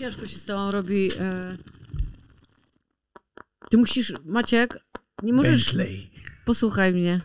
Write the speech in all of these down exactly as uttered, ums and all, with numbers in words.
Ciężko się z tobą robi... E... Ty musisz, Maciek, nie możesz... Bentley. Posłuchaj mnie.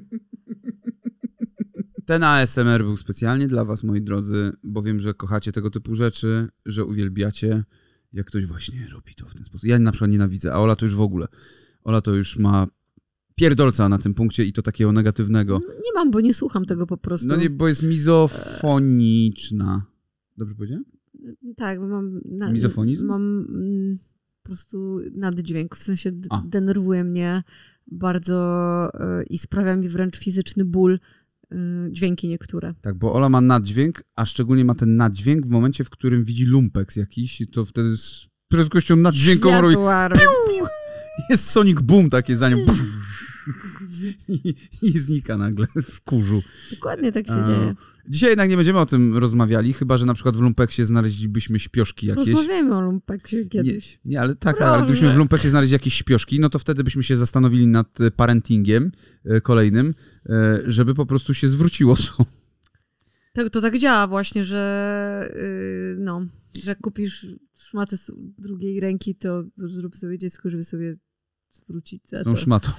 Ten A S M R był specjalnie dla was, moi drodzy, bo wiem, że kochacie tego typu rzeczy, że uwielbiacie, jak ktoś właśnie robi to w ten sposób. Ja na przykład nienawidzę, a Ola to już w ogóle. Ola to już ma pierdolca na tym punkcie i to takiego negatywnego. Nie mam, bo nie słucham tego po prostu. No nie, bo jest mizofoniczna. Dobrze powiedziałem? Tak, bo mam... Na, Mizofonizm? Mam mm, po prostu naddźwięk, w sensie d- A. denerwuje mnie bardzo y, i sprawia mi wręcz fizyczny ból y, dźwięki niektóre. Tak, bo Ola ma naddźwięk, a szczególnie ma ten naddźwięk w momencie, w którym widzi lumpeks jakiś, to wtedy z prędkością naddźwiękową robi... Jest Sonic Boom takie za nią. I, I znika nagle w kurzu. Dokładnie tak się A, dzieje. Dzisiaj jednak nie będziemy o tym rozmawiali, chyba że na przykład w lumpeksie znaleźlibyśmy śpioszki jakieś. Rozmawiamy o lumpeksie kiedyś. Nie, nie ale tak, ale gdybyśmy w lumpeksie znaleźli jakieś śpioszki, no to wtedy byśmy się zastanowili nad parentingiem kolejnym, żeby po prostu się zwróciło to. Tak, to tak działa właśnie, że yy, no, że jak kupisz szmatę z drugiej ręki, to zrób sobie dziecko, żeby sobie zwrócić za Z tą to. szmatą.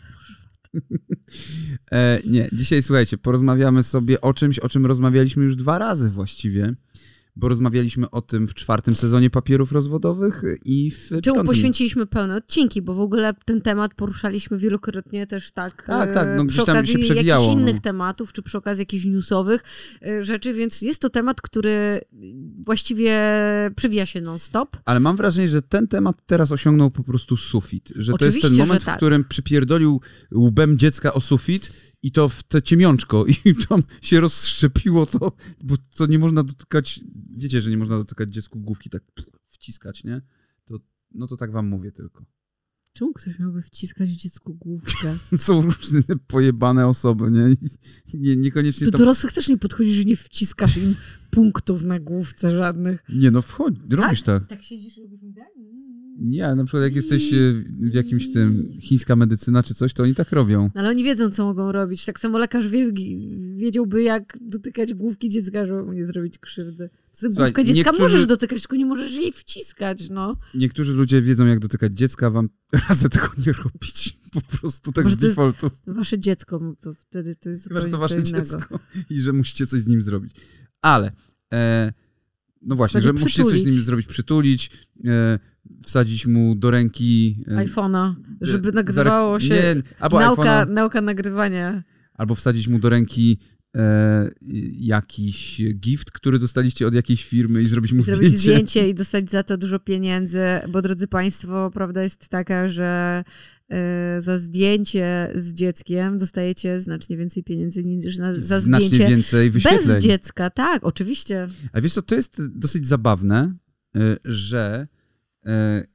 e, nie, dzisiaj słuchajcie, porozmawiamy sobie o czymś, o czym rozmawialiśmy już dwa razy właściwie, bo rozmawialiśmy o tym w czwartym sezonie Papierów Rozwodowych i w Czemu piątym. poświęciliśmy pełne odcinki, bo w ogóle ten temat poruszaliśmy wielokrotnie też tak, Tak, tak, no przy gdzieś tam okazji się przewijało. jakichś innych no. tematów, czy przy okazji jakichś newsowych rzeczy, więc jest to temat, który właściwie przewija się non-stop. Ale mam wrażenie, że ten temat teraz osiągnął po prostu sufit, że to Oczywiście, jest ten moment, że tak. w którym przypierdolił łbem dziecka o sufit i to w te ciemiączko i tam się rozszczepiło to, bo to nie można dotykać, wiecie, że nie można dotykać dziecku główki, tak wciskać, nie? To, no to tak wam mówię tylko. Czemu ktoś miałby wciskać dziecku główkę? Są różne pojebane osoby, nie? nie niekoniecznie Do to... dorosłych też nie podchodzisz, że nie wciskasz im punktów na główce żadnych. Nie, no wchodź, robisz tak. Tak siedzisz i robisz tak? Nie, ale na przykład jak jesteś w jakimś tym, chińska medycyna czy coś, to oni tak robią. Ale oni wiedzą, co mogą robić. Tak samo lekarz wie, wiedziałby, jak dotykać główki dziecka, żeby mu nie zrobić krzywdy. Słuchaj, główkę dziecka niektórzy... możesz dotykać, tylko nie możesz jej wciskać, no. Niektórzy ludzie wiedzą, jak dotykać dziecka, wam radzę tego nie robić. Po prostu tak Może z defaultu. Wasze dziecko, to wtedy to jest Chyba, że to wasze innego. dziecko i że musicie coś z nim zrobić. Ale, e, no właśnie, Wtedy że musicie coś z przytulić. nim zrobić, przytulić, e, wsadzić mu do ręki... E, iPhone'a, żeby e, nagrywało się nie, albo nauka, iPhone'a, nauka nagrywania. albo wsadzić mu do ręki e, jakiś gift, który dostaliście od jakiejś firmy i zrobić mu Zrobić zdjęcie. zdjęcie i dostać za to dużo pieniędzy, bo drodzy państwo, prawda jest taka, że y, za zdjęcie z dzieckiem dostajecie znacznie więcej pieniędzy niż na, za Znacznie zdjęcie więcej wyświetleń. bez dziecka. Tak, oczywiście. A wiesz co, to jest dosyć zabawne, y, że y,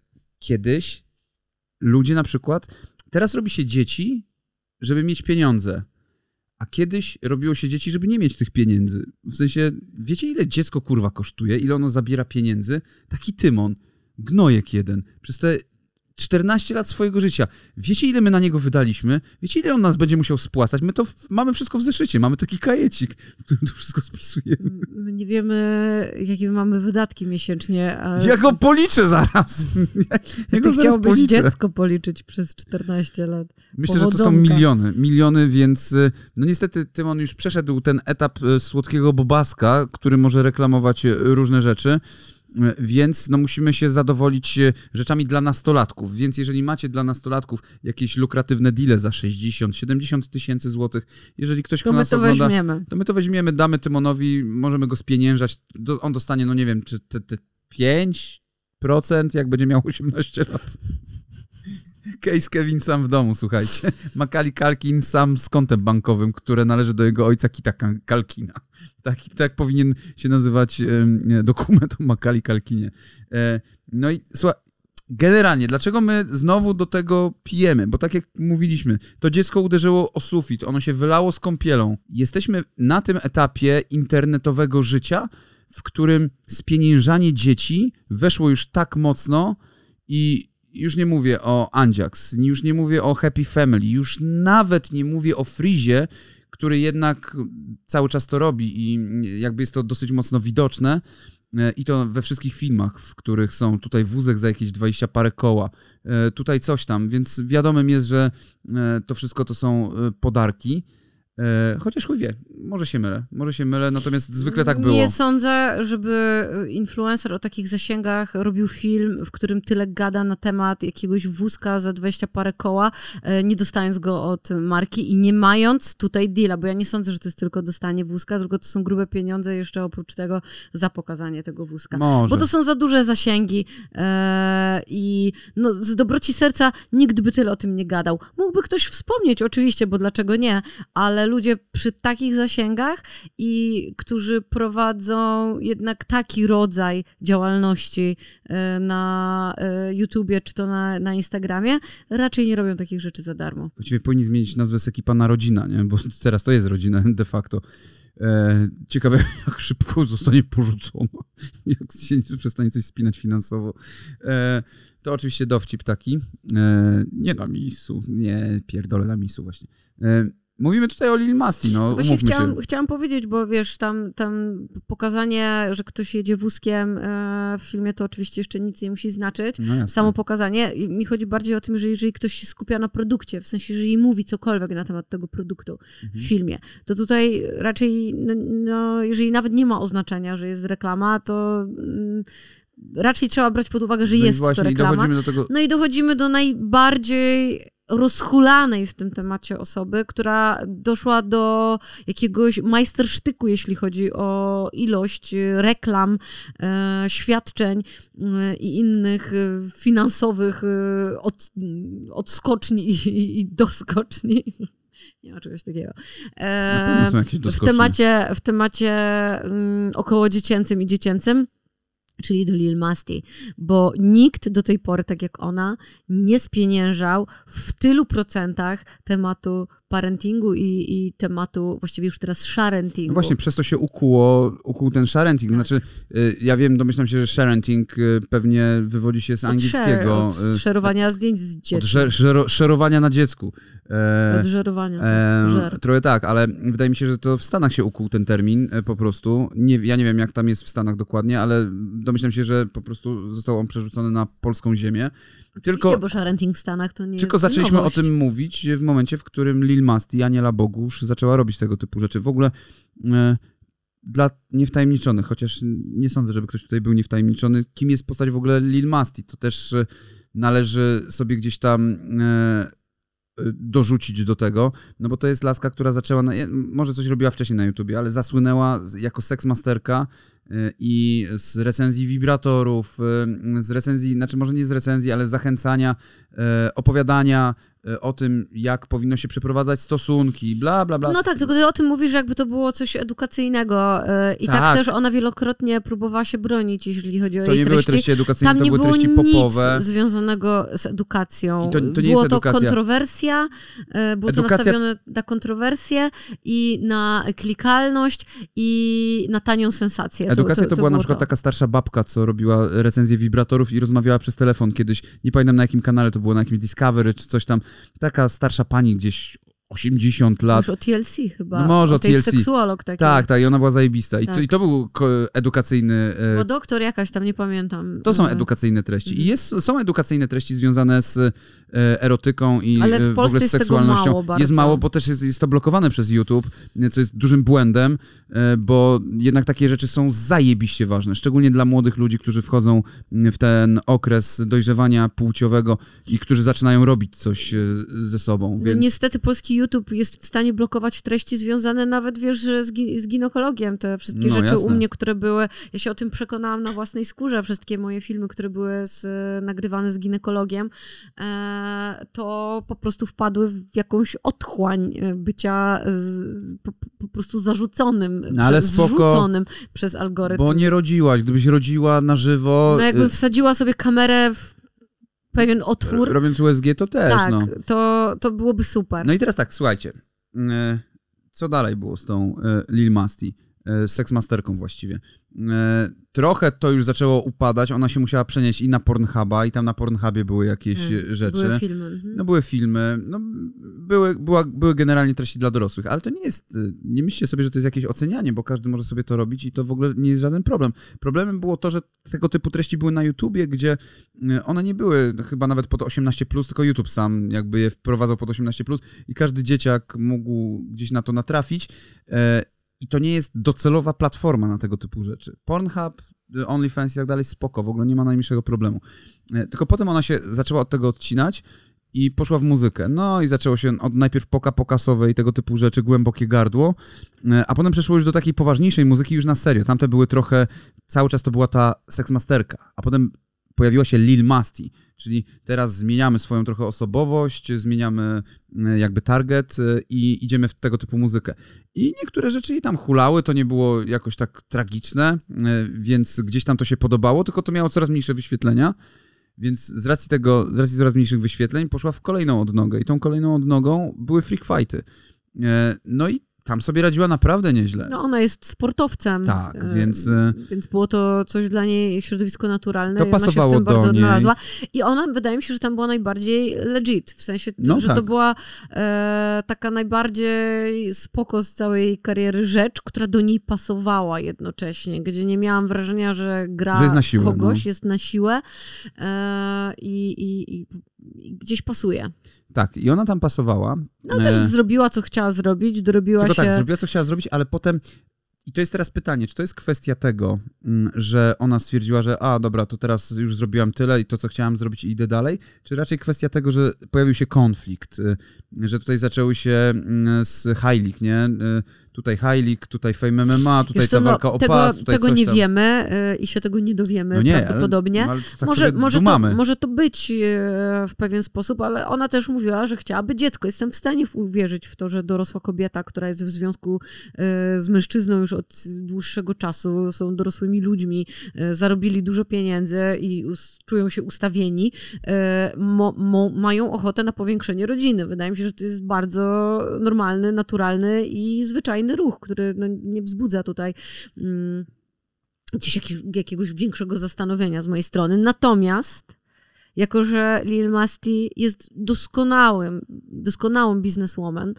kiedyś ludzie na przykład, teraz robi się dzieci, żeby mieć pieniądze, a kiedyś robiło się dzieci, żeby nie mieć tych pieniędzy. W sensie, wiecie ile dziecko kurwa kosztuje, ile ono zabiera pieniędzy? Taki Tymon, gnojek jeden, przez te czternaście lat swojego życia. Wiecie, ile my na niego wydaliśmy? Wiecie, ile on nas będzie musiał spłacać? My to w, mamy wszystko w zeszycie, mamy taki kajecik, w którym to wszystko spisujemy. My nie wiemy, jakie mamy wydatki miesięcznie. A... Ja go policzę zaraz. Ja, ja go Ty zaraz chciałbyś policzę. dziecko policzyć przez czternaście lat. Myślę, że to są Powodzonka. miliony. Miliony, więc no niestety Tymon już przeszedł ten etap słodkiego bobaska, który może reklamować różne rzeczy. Więc no, musimy się zadowolić rzeczami dla nastolatków. Więc jeżeli macie dla nastolatków jakieś lukratywne deale za sześćdziesiąt siedemdziesiąt tysięcy złotych, jeżeli ktoś To kto my nas to ogląda, weźmiemy. to my to weźmiemy, damy Tymonowi, możemy go spieniężać. Do, on dostanie, no nie wiem, czy te, te pięć procent, jak będzie miał osiemnaście lat. Case Kevin sam w domu, słuchajcie. Macaulay Culkin sam z kontem bankowym, które należy do jego ojca Kita Culkina. Tak, tak powinien się nazywać e, dokument o Macaulay Culkinie. E, no i słuchaj, generalnie, dlaczego my znowu do tego pijemy? Bo tak jak mówiliśmy, to dziecko uderzyło o sufit, ono się wylało z kąpielą. Jesteśmy na tym etapie internetowego życia, w którym spieniężanie dzieci weszło już tak mocno i już nie mówię o Andziax, już nie mówię o Happy Family, już nawet nie mówię o Freezie, który jednak cały czas to robi i jakby jest to dosyć mocno widoczne, I to we wszystkich filmach, w których są tutaj wózek za jakieś dwadzieścia parę koła, tutaj coś tam, więc wiadomym jest, że to wszystko to są podarki. Chociaż chuj wie, może się mylę, może się mylę, natomiast zwykle tak było. Nie sądzę, żeby influencer o takich zasięgach robił film, w którym tyle gada na temat jakiegoś wózka za dwadzieścia parę koła, nie dostając go od marki i nie mając tutaj deala, bo ja nie sądzę, że to jest tylko dostanie wózka, tylko to są grube pieniądze jeszcze oprócz tego za pokazanie tego wózka. Może. Bo to są za duże zasięgi i no, z dobroci serca nikt by tyle o tym nie gadał. Mógłby ktoś wspomnieć oczywiście, bo dlaczego nie, ale ludzie przy takich zasięgach i którzy prowadzą jednak taki rodzaj działalności na YouTubie czy to na, na Instagramie, raczej nie robią takich rzeczy za darmo. Właściwie powinni zmienić nazwę z ekipa na rodzina, nie? Bo teraz to jest rodzina de facto. E, ciekawe, jak szybko zostanie porzucona, jak się nie przestanie coś spinać finansowo. E, to oczywiście dowcip taki. E, nie na misu, nie pierdolę na misu właśnie. E, Mówimy tutaj o Lil Masti, no Właśnie umówmy chciałam, się. chciałam powiedzieć, bo wiesz, tam, tam pokazanie, że ktoś jedzie wózkiem e, w filmie, to oczywiście jeszcze nic nie musi znaczyć. No Samo pokazanie. I mi chodzi bardziej o tym, że jeżeli ktoś się skupia na produkcie, w sensie, jeżeli mówi cokolwiek na temat tego produktu mhm. w filmie, to tutaj raczej, no, no, jeżeli nawet nie ma oznaczenia, że jest reklama, to... Mm, raczej trzeba brać pod uwagę, że no jest właśnie, to reklama. I do tego... No i dochodzimy do najbardziej rozhulanej w tym temacie osoby, która doszła do jakiegoś majstersztyku, jeśli chodzi o ilość reklam, e, świadczeń e, i innych e, finansowych e, od, odskoczni i, i doskoczni. Nie ma czegoś takiego. E, są jakieś w temacie, w temacie um, około dziecięcym i dziecięcym, czyli do Lil Masti, bo nikt do tej pory, tak jak ona, nie spieniężał w tylu procentach tematu parentingu i, i tematu właściwie już teraz sharentingu. No właśnie, przez to się ukuło, ukuł ten sharenting. Tak. Znaczy, ja wiem, domyślam się, że sharenting pewnie wywodzi się z od angielskiego. Share, od szerowania zdjęć z dzieckiem. Od żer, żero, szerowania na dziecku. E, od żerowania. E, trochę tak, ale wydaje mi się, że to w Stanach się ukuł ten termin e, po prostu. Nie, ja nie wiem, jak tam jest w Stanach dokładnie, ale domyślam się, że po prostu został on przerzucony na polską ziemię. Tylko, bo sharenting w Stanach to nie tylko jest zaczęliśmy nowość. o tym mówić w momencie, w którym Lil Masti, Aniela Bogusz, zaczęła robić tego typu rzeczy. W ogóle e, dla niewtajemniczonych, chociaż nie sądzę, żeby ktoś tutaj był niewtajemniczony, kim jest postać w ogóle Lil Masti. To też e, należy sobie gdzieś tam e, dorzucić do tego, no bo to jest laska, która zaczęła, na, może coś robiła wcześniej na YouTubie, ale zasłynęła jako seksmasterka i z recenzji wibratorów, z recenzji, znaczy może nie z recenzji, ale z zachęcania, opowiadania o tym, jak powinno się przeprowadzać stosunki, bla, bla, bla. No tak, tylko ty o tym mówisz, jakby to było coś edukacyjnego i tak, tak też ona wielokrotnie próbowała się bronić, jeżeli chodzi o to jej nie treści. były treści edukacyjne, Tam to nie były było treści popowe. Nic związanego z edukacją. I to, to nie było jest to edukacja. kontrowersja, było Edukacja... to nastawione na kontrowersję i na klikalność i na tanią sensację. Edukacja to, to, to, to była na przykład to. taka starsza babka, co robiła recenzję wibratorów i rozmawiała przez telefon kiedyś, nie pamiętam na jakim kanale to było, na jakimś Discovery czy coś tam. Taka starsza pani gdzieś osiemdziesiąt lat. Już o T L C chyba. No może o tej T L C. seksuolog taki. Tak, tak, i ona była zajebista. I, tak. to, i to był edukacyjny... Bo doktor jakaś tam, nie pamiętam. To są edukacyjne treści. I jest, są edukacyjne treści związane z e, erotyką i ale w, w ogóle z seksualnością. Tego mało bardzo. Jest mało, bo też jest, jest to blokowane przez YouTube, co jest dużym błędem, e, bo jednak takie rzeczy są zajebiście ważne. Szczególnie dla młodych ludzi, którzy wchodzą w ten okres dojrzewania płciowego i którzy zaczynają robić coś e, ze sobą. Więc... No, niestety polski YouTube jest w stanie blokować treści związane nawet, wiesz, z, gi- z ginekologiem. Te wszystkie No, rzeczy jasne. u mnie, które były, ja się o tym przekonałam na własnej skórze, wszystkie moje filmy, które były z, nagrywane z ginekologiem, e, to po prostu wpadły w jakąś otchłań bycia z, po, po prostu zarzuconym, no, ale przez, spoko, zrzuconym przez algorytm. Bo nie rodziłaś. Gdybyś rodziła na żywo... No jakby wsadziła sobie kamerę w pewien otwór. Robiąc U S G to też, tak, no. to, to byłoby super. No i teraz tak, słuchajcie. Co dalej było z tą Lil Masti? seksmasterką właściwie. Trochę to już zaczęło upadać, ona się musiała przenieść i na Pornhuba, i tam na Pornhubie były jakieś hmm, rzeczy. Były filmy. Mhm. No były filmy, no były, była, były generalnie treści dla dorosłych, ale to nie jest, nie myślcie sobie, że to jest jakieś ocenianie, bo każdy może sobie to robić i to w ogóle nie jest żaden problem. Problemem było to, że tego typu treści były na YouTubie, gdzie one nie były chyba nawet pod osiemnaście plus, tylko YouTube sam jakby je wprowadzał pod osiemnaście plus i każdy dzieciak mógł gdzieś na to natrafić. I to nie jest docelowa platforma na tego typu rzeczy. Pornhub, OnlyFans i tak dalej, spoko, w ogóle nie ma najmniejszego problemu. Tylko potem ona się zaczęła od tego odcinać i poszła w muzykę. No i zaczęło się od najpierw poka pokasowej, tego typu rzeczy, głębokie gardło, a potem przeszło już do takiej poważniejszej muzyki już na serio. Tamte były trochę, cały czas to była ta seksmasterka, a potem pojawiła się Lil Masti, czyli teraz zmieniamy swoją trochę osobowość, zmieniamy jakby target i idziemy w tego typu muzykę. I niektóre rzeczy jej tam hulały, to nie było jakoś tak tragiczne, więc gdzieś tam to się podobało, tylko to miało coraz mniejsze wyświetlenia, więc z racji tego, z racji coraz mniejszych wyświetleń poszła w kolejną odnogę i tą kolejną odnogą były freak fighty. No i tam sobie radziła naprawdę nieźle. No ona jest sportowcem. Tak, więc... Więc było to coś dla niej, środowisko naturalne. To i pasowało ona się w tym do bardzo niej. odnalazła. I ona, wydaje mi się, że tam była najbardziej legit. W sensie, no że tak. to była e, taka najbardziej spoko z całej kariery rzecz, która do niej pasowała jednocześnie. Gdzie nie miałam wrażenia, że gra że jest na siłę, kogoś, no. jest na siłę e, i, i, i, i gdzieś pasuje. Tak, i ona tam pasowała. No też e... zrobiła, co chciała zrobić, dorobiła Tylko się... tak, zrobiła, co chciała zrobić, ale potem... I to jest teraz pytanie, czy to jest kwestia tego, że ona stwierdziła, że a, dobra, to teraz już zrobiłam tyle i to, co chciałam zrobić i idę dalej, czy raczej kwestia tego, że pojawił się konflikt, że tutaj zaczęły się z High League, nie? Tutaj High League, tutaj Fame M M A, tutaj Wiesz ta co, walka no, o tego, pas, tutaj tego coś nie tam. wiemy y, i się tego nie dowiemy no nie, prawdopodobnie. Ale, ale tak może, może, to, dumamy. może to być y, w pewien sposób, ale ona też mówiła, że chciałaby dziecko. Jestem w stanie uwierzyć w to, że dorosła kobieta, która jest w związku y, z mężczyzną już od dłuższego czasu, są dorosłymi ludźmi, y, zarobili dużo pieniędzy i us, czują się ustawieni, y, mo, mo, mają ochotę na powiększenie rodziny. Wydaje mi się, że to jest bardzo normalny, naturalny i zwyczajny ruch, który no, nie wzbudza tutaj mm, gdzieś jak, jakiegoś większego zastanowienia z mojej strony. Natomiast, jako że Lil Masti jest doskonałym, doskonałą bizneswoman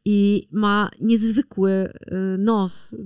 i ma niezwykły nos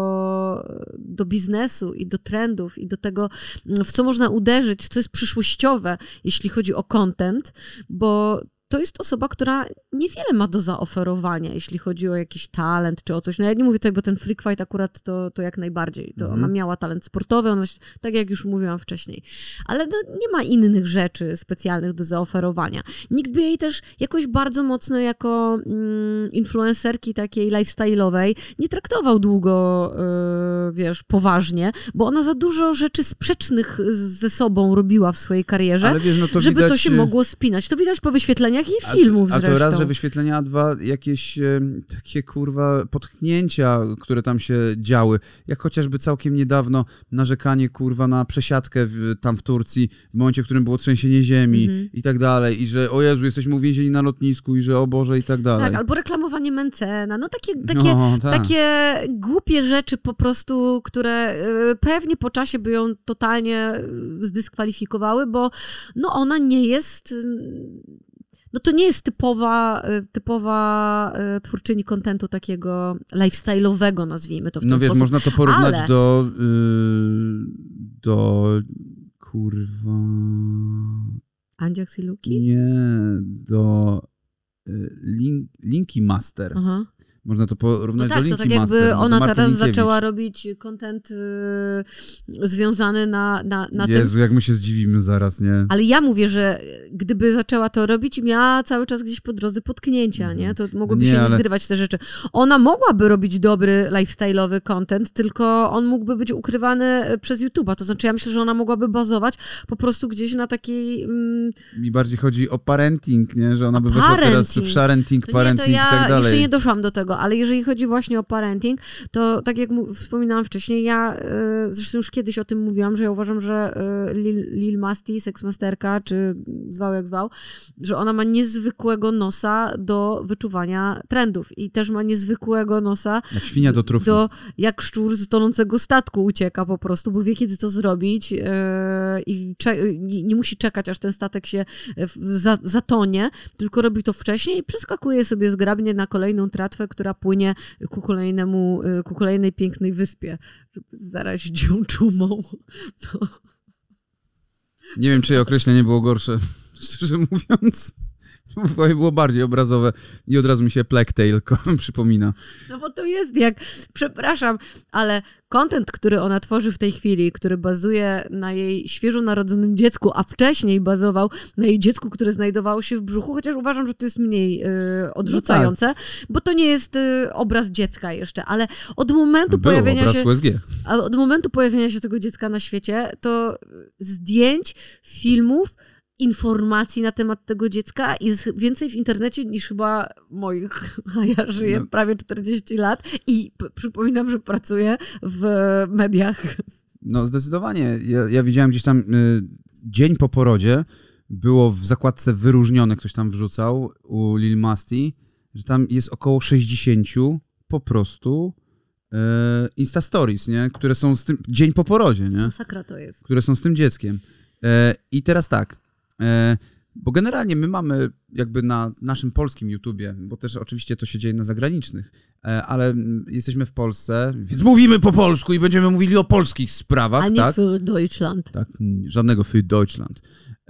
do, do biznesu i do trendów i do tego, w co można uderzyć, co jest przyszłościowe, jeśli chodzi o content, bo to jest osoba, która niewiele ma do zaoferowania, jeśli chodzi o jakiś talent czy o coś. No ja nie mówię tutaj, bo ten freak fight akurat to, to jak najbardziej. To mm. Ona miała talent sportowy, ona, tak jak już mówiłam wcześniej. Ale no, nie ma innych rzeczy specjalnych do zaoferowania. Nikt by jej też jakoś bardzo mocno jako mm, influencerki takiej lifestyle'owej nie traktował długo, yy, wiesz, poważnie, bo ona za dużo rzeczy sprzecznych ze sobą robiła w swojej karierze, Ale wiesz, no to żeby widać... to się mogło spinać. To widać po wyświetleniach i filmów a, a zresztą. to raz, że wyświetlenia, a dwa jakieś e, takie kurwa potknięcia, które tam się działy. Jak chociażby całkiem niedawno narzekanie kurwa na przesiadkę w, tam w Turcji, w momencie, w którym było trzęsienie ziemi mhm. i tak dalej. I że o Jezu, jesteśmy uwięzieni na lotnisku i że o Boże i tak dalej. Tak, albo reklamowanie Mencena. No takie, takie, no, tak. takie głupie rzeczy po prostu, które pewnie po czasie by ją totalnie zdyskwalifikowały, bo no ona nie jest... No to nie jest typowa, typowa twórczyni kontentu takiego lifestyle'owego, nazwijmy to w ten No wiesz, sposób. można to porównać Ale... do yy, do kurwa... Andziaks i Luki? Nie, do yy, Link, Linki Master. Aha. Można to porównać no tak, do Linki to tak Master. jakby ona teraz Linkiewicz. zaczęła robić content yy, związany na, na, na Jezu, tym. jak my się zdziwimy zaraz, nie? Ale ja mówię, że gdyby zaczęła to robić, miała cały czas gdzieś po drodze potknięcia, mm. nie? To mogłoby nie, się ale... nie zgrywać te rzeczy. Ona mogłaby robić dobry lifestyle'owy content, tylko on mógłby być ukrywany przez YouTube'a. To znaczy ja myślę, że ona mogłaby bazować po prostu gdzieś na takiej... Mm... Mi bardziej chodzi o parenting, nie? Że ona by weszła teraz w sharenting, to parenting nie, to ja i tak dalej. jeszcze nie doszłam do tego, tego, ale jeżeli chodzi właśnie o parenting, to tak jak mu- wspominałam wcześniej, ja y, zresztą już kiedyś o tym mówiłam, że ja uważam, że y, Lil, Lil Masti, seksmasterka, czy zwał jak zwał, że ona ma niezwykłego nosa do wyczuwania trendów i też ma niezwykłego nosa Jak świnia do trufli. do jak szczur z tonącego statku ucieka po prostu, bo wie, kiedy to zrobić yy, i cze- nie, nie musi czekać, aż ten statek się za- zatonie, tylko robi to wcześniej i przeskakuje sobie zgrabnie na kolejną tratwę, która płynie ku kolejnemu, yy, ku kolejnej pięknej wyspie, żeby zarazić ją czumą. No. Nie wiem, czyje określenie było gorsze, szczerze mówiąc. Twoje było bardziej obrazowe i od razu mi się Plague Tale przypomina. No bo to jest jak, przepraszam, ale content, który ona tworzy w tej chwili, który bazuje na jej świeżo narodzonym dziecku, a wcześniej bazował na jej dziecku, które znajdowało się w brzuchu, chociaż uważam, że to jest mniej y, odrzucające, no tak. Bo to nie jest y, obraz dziecka jeszcze, ale od momentu Był pojawienia obraz się... U S G. Ale od momentu pojawienia się tego dziecka na świecie, to zdjęć, filmów, informacji na temat tego dziecka jest więcej w internecie niż chyba moich, a ja żyję no. prawie czterdzieści lat i p- przypominam, że pracuję w mediach. No zdecydowanie. Ja, ja widziałem gdzieś tam y, dzień po porodzie było w zakładce wyróżnione, ktoś tam wrzucał u Lil Masti, że tam jest około sześćdziesięciu po prostu y, Insta Stories, nie? Które są z tym, dzień po porodzie, nie? Masakra to jest. Które są z tym dzieckiem. Y, I teraz tak, bo generalnie my mamy jakby na naszym polskim YouTubie, bo też oczywiście to się dzieje na zagranicznych, ale jesteśmy w Polsce, więc mówimy po polsku i będziemy mówili o polskich sprawach. A nie tak? für Deutschland. Tak, żadnego für Deutschland.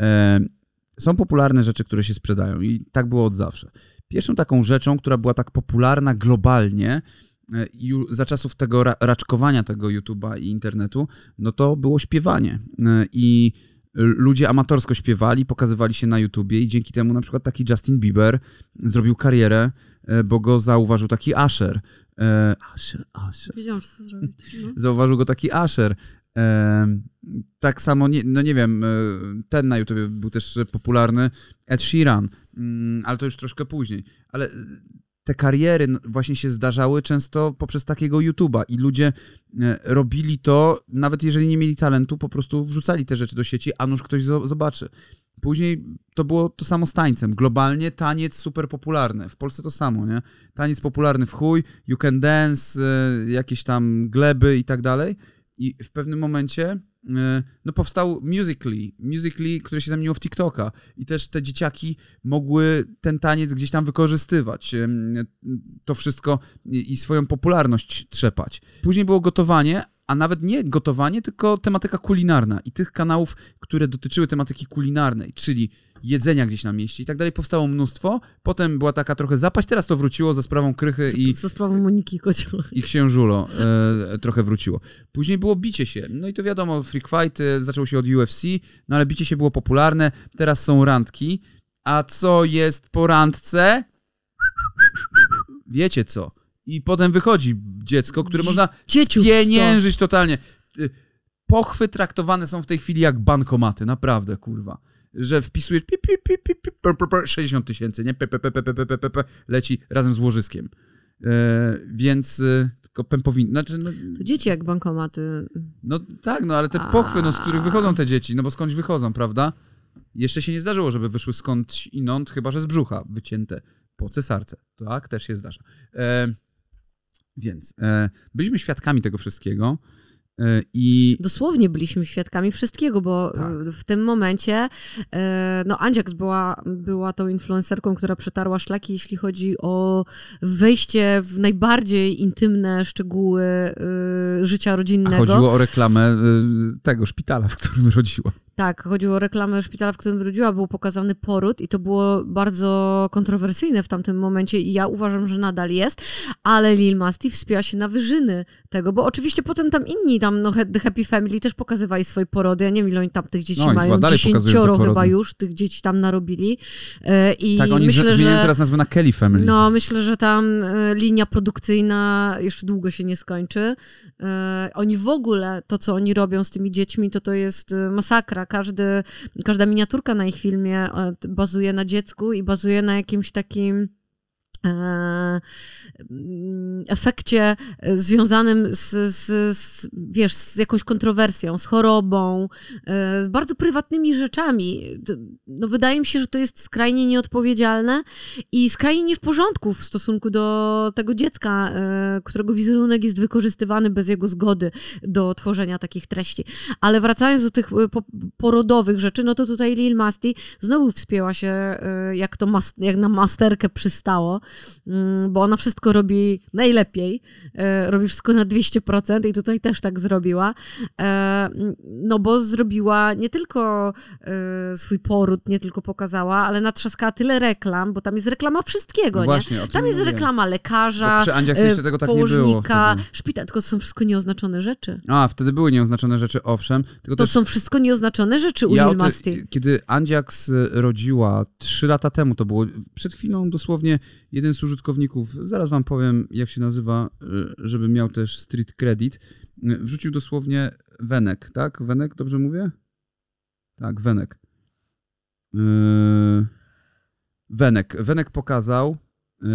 Są popularne rzeczy, które się sprzedają i tak było od zawsze. Pierwszą taką rzeczą, która była tak popularna globalnie za czasów tego raczkowania tego YouTube'a i internetu, no to było śpiewanie. I ludzie amatorsko śpiewali, pokazywali się na YouTubie i dzięki temu na przykład taki Justin Bieber zrobił karierę, bo go zauważył taki Usher. E, Usher, Usher. Wiedziałam, co zrobić. No. Zauważył go taki Usher. E, tak samo, nie, no nie wiem, ten na YouTubie był też popularny, Ed Sheeran, ale to już troszkę później. Ale te kariery właśnie się zdarzały często poprzez takiego YouTube'a i ludzie robili to, nawet jeżeli nie mieli talentu, po prostu wrzucali te rzeczy do sieci, a nuż ktoś zobaczy. Później to było to samo z tańcem. Globalnie taniec super popularny. W Polsce to samo, nie? Taniec popularny w chuj, You Can Dance, jakieś tam gleby i tak dalej. I w pewnym momencie no powstał Musical.ly, Musical.ly, które się zamieniło w TikToka i też te dzieciaki mogły ten taniec gdzieś tam wykorzystywać, to wszystko i swoją popularność trzepać. Później było gotowanie, a nawet nie gotowanie, tylko tematyka kulinarna i tych kanałów, które dotyczyły tematyki kulinarnej, czyli jedzenia gdzieś na mieście i tak dalej, powstało mnóstwo. Potem była taka trochę zapaść, teraz to wróciło za sprawą Krychy i... Za sprawą Moniki Kociołek. I Księżulo e, trochę wróciło. Później było bicie się. No i to wiadomo, freak fighty zaczęło się od U F C, no ale bicie się było popularne, teraz są randki. A co jest po randce? Wiecie co? I potem wychodzi dziecko, które można spieniężyć totalnie. Pochwy traktowane są w tej chwili jak bankomaty, naprawdę, kurwa. Że wpisujesz pi, pi, pi, pi, pi, sześćdziesiąt tysięcy, nie? Pe, pe, pe, pe, pe, pe, pe, pe, leci razem z łożyskiem. E, więc e, tylko pępowin... Znaczy, no, to dzieci jak bankomaty. No tak, no ale te pochwy, no, z których wychodzą te dzieci, no bo skądś wychodzą, prawda? Jeszcze się nie zdarzyło, żeby wyszły skądś inąd, chyba że z brzucha wycięte po cesarce. Tak, też się zdarza. E, więc e, byliśmy świadkami tego wszystkiego. I... Dosłownie byliśmy świadkami wszystkiego, bo tak. w tym momencie no Andziaks była, była tą influencerką, która przetarła szlaki, jeśli chodzi o wejście w najbardziej intymne szczegóły życia rodzinnego. A chodziło o reklamę tego szpitala, w którym rodziła. Tak, chodziło o reklamę szpitala, w którym rodziła, był pokazany poród i to było bardzo kontrowersyjne w tamtym momencie i ja uważam, że nadal jest, ale Lil Masti wspięła się na wyżyny tego, bo oczywiście potem tam inni, tam no The Happy Family też pokazywali swoje porody, ja nie wiem ile oni tam tych dzieci no, mają, dziesięcioro chyba już tych dzieci tam narobili. I tak, oni myślę, zmieniają że, teraz nazwę na Kelly Family. No, myślę, że tam linia produkcyjna jeszcze długo się nie skończy. Oni w ogóle, to co oni robią z tymi dziećmi, to to jest masakra. Każdy, każda miniaturka na ich filmie bazuje na dziecku i bazuje na jakimś takim efekcie związanym z, z, z, wiesz, z jakąś kontrowersją, z chorobą, z bardzo prywatnymi rzeczami. No, wydaje mi się, że to jest skrajnie nieodpowiedzialne i skrajnie nie w porządku w stosunku do tego dziecka, którego wizerunek jest wykorzystywany bez jego zgody do tworzenia takich treści. Ale wracając do tych porodowych rzeczy, no to tutaj Lil Masti znowu wspięła się, jak to mas- jak na masterkę przystało, bo ona wszystko robi najlepiej, robi wszystko na dwieście procent i tutaj też tak zrobiła, no bo zrobiła nie tylko swój poród, nie tylko pokazała, ale natrzaskała tyle reklam, bo tam jest reklama wszystkiego, no nie? właśnie, Tam jest mówię. reklama lekarza, przy Andziaks jeszcze tego tak nie było szpital, tylko to są wszystko nieoznaczone rzeczy. A, wtedy były nieoznaczone rzeczy, owszem. Tylko to też... są wszystko nieoznaczone rzeczy u ja Lil Masti. Kiedy Andziaks rodziła trzy lata temu, to było przed chwilą dosłownie jeden z użytkowników, zaraz wam powiem, jak się nazywa, żeby miał też street credit, wrzucił dosłownie Wenek, tak? Wenek, dobrze mówię? Tak, Wenek. Yy... Wenek. Wenek pokazał, yy,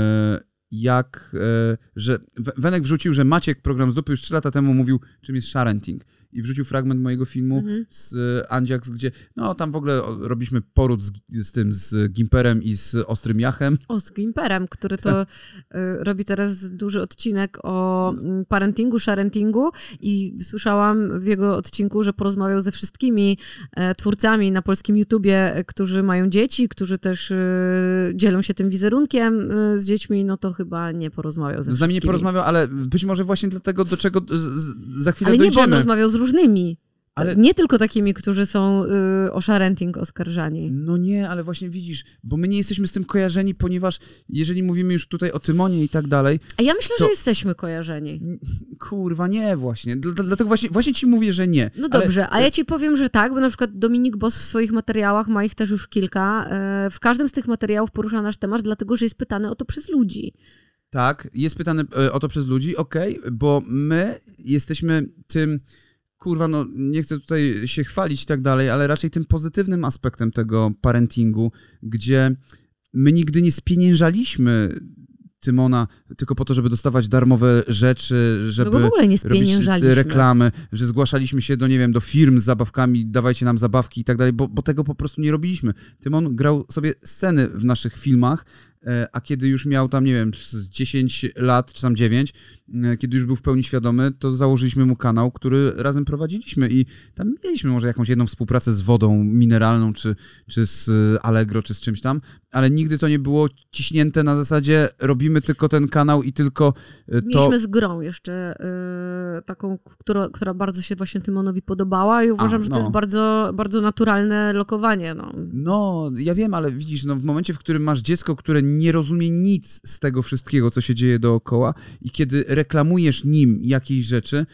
jak, yy, że Wenek wrzucił, że Maciek, program z dupy, już trzy lata temu mówił, czym jest sharenting. I wrzucił fragment mojego filmu mhm. z Andziaks, gdzie no tam w ogóle robiliśmy poród z, z tym, z Gimperem i z Ostrym Jachem. O, z Gimperem, który to y, robi teraz duży odcinek o parentingu, sharentingu i słyszałam w jego odcinku, że porozmawiał ze wszystkimi e, twórcami na polskim YouTubie, którzy mają dzieci, którzy też y, dzielą się tym wizerunkiem y, z dziećmi, no to chyba nie porozmawiał ze z wszystkimi. Z nami nie porozmawiał, ale być może właśnie dlatego, do czego z, z, za chwilę ale dojdziemy. Ale nie, bo on rozmawiał z różnymi. Ale... Nie tylko takimi, którzy są y, o sharenting oskarżani. No nie, ale właśnie widzisz, bo my nie jesteśmy z tym kojarzeni, ponieważ jeżeli mówimy już tutaj o Tymonie i tak dalej... A ja myślę, to... że jesteśmy kojarzeni. Kurwa, nie właśnie. Dlatego właśnie, właśnie ci mówię, że nie. No dobrze, ale... a ja ci powiem, że tak, bo na przykład Dominik Boss w swoich materiałach, ma ich też już kilka, y, w każdym z tych materiałów porusza nasz temat, dlatego że jest pytany o to przez ludzi. Tak, jest pytany o to przez ludzi, okej, okay, bo my jesteśmy tym... Kurwa, no nie chcę tutaj się chwalić i tak dalej, ale raczej tym pozytywnym aspektem tego parentingu, gdzie my nigdy nie spieniężaliśmy Tymona tylko po to, żeby dostawać darmowe rzeczy, żeby no bo w ogóle nie robić reklamy, że zgłaszaliśmy się do, nie wiem, do firm z zabawkami, dawajcie nam zabawki i tak dalej, bo, bo tego po prostu nie robiliśmy. Tymon grał sobie sceny w naszych filmach, a kiedy już miał tam, nie wiem, z dziesięć lat, czy tam dziewięć, kiedy już był w pełni świadomy, to założyliśmy mu kanał, który razem prowadziliśmy i tam mieliśmy może jakąś jedną współpracę z wodą mineralną, czy, czy z Allegro, czy z czymś tam, ale nigdy to nie było ciśnięte na zasadzie robimy tylko ten kanał i tylko to... Mieliśmy z grą jeszcze yy, taką, która, która bardzo się właśnie Tymonowi podobała i uważam, A, że no. to jest bardzo, bardzo naturalne lokowanie. No. no, ja wiem, ale widzisz, no w momencie, w którym masz dziecko, które nie rozumie nic z tego wszystkiego, co się dzieje dookoła i kiedy reklamujesz nim jakieś rzeczy,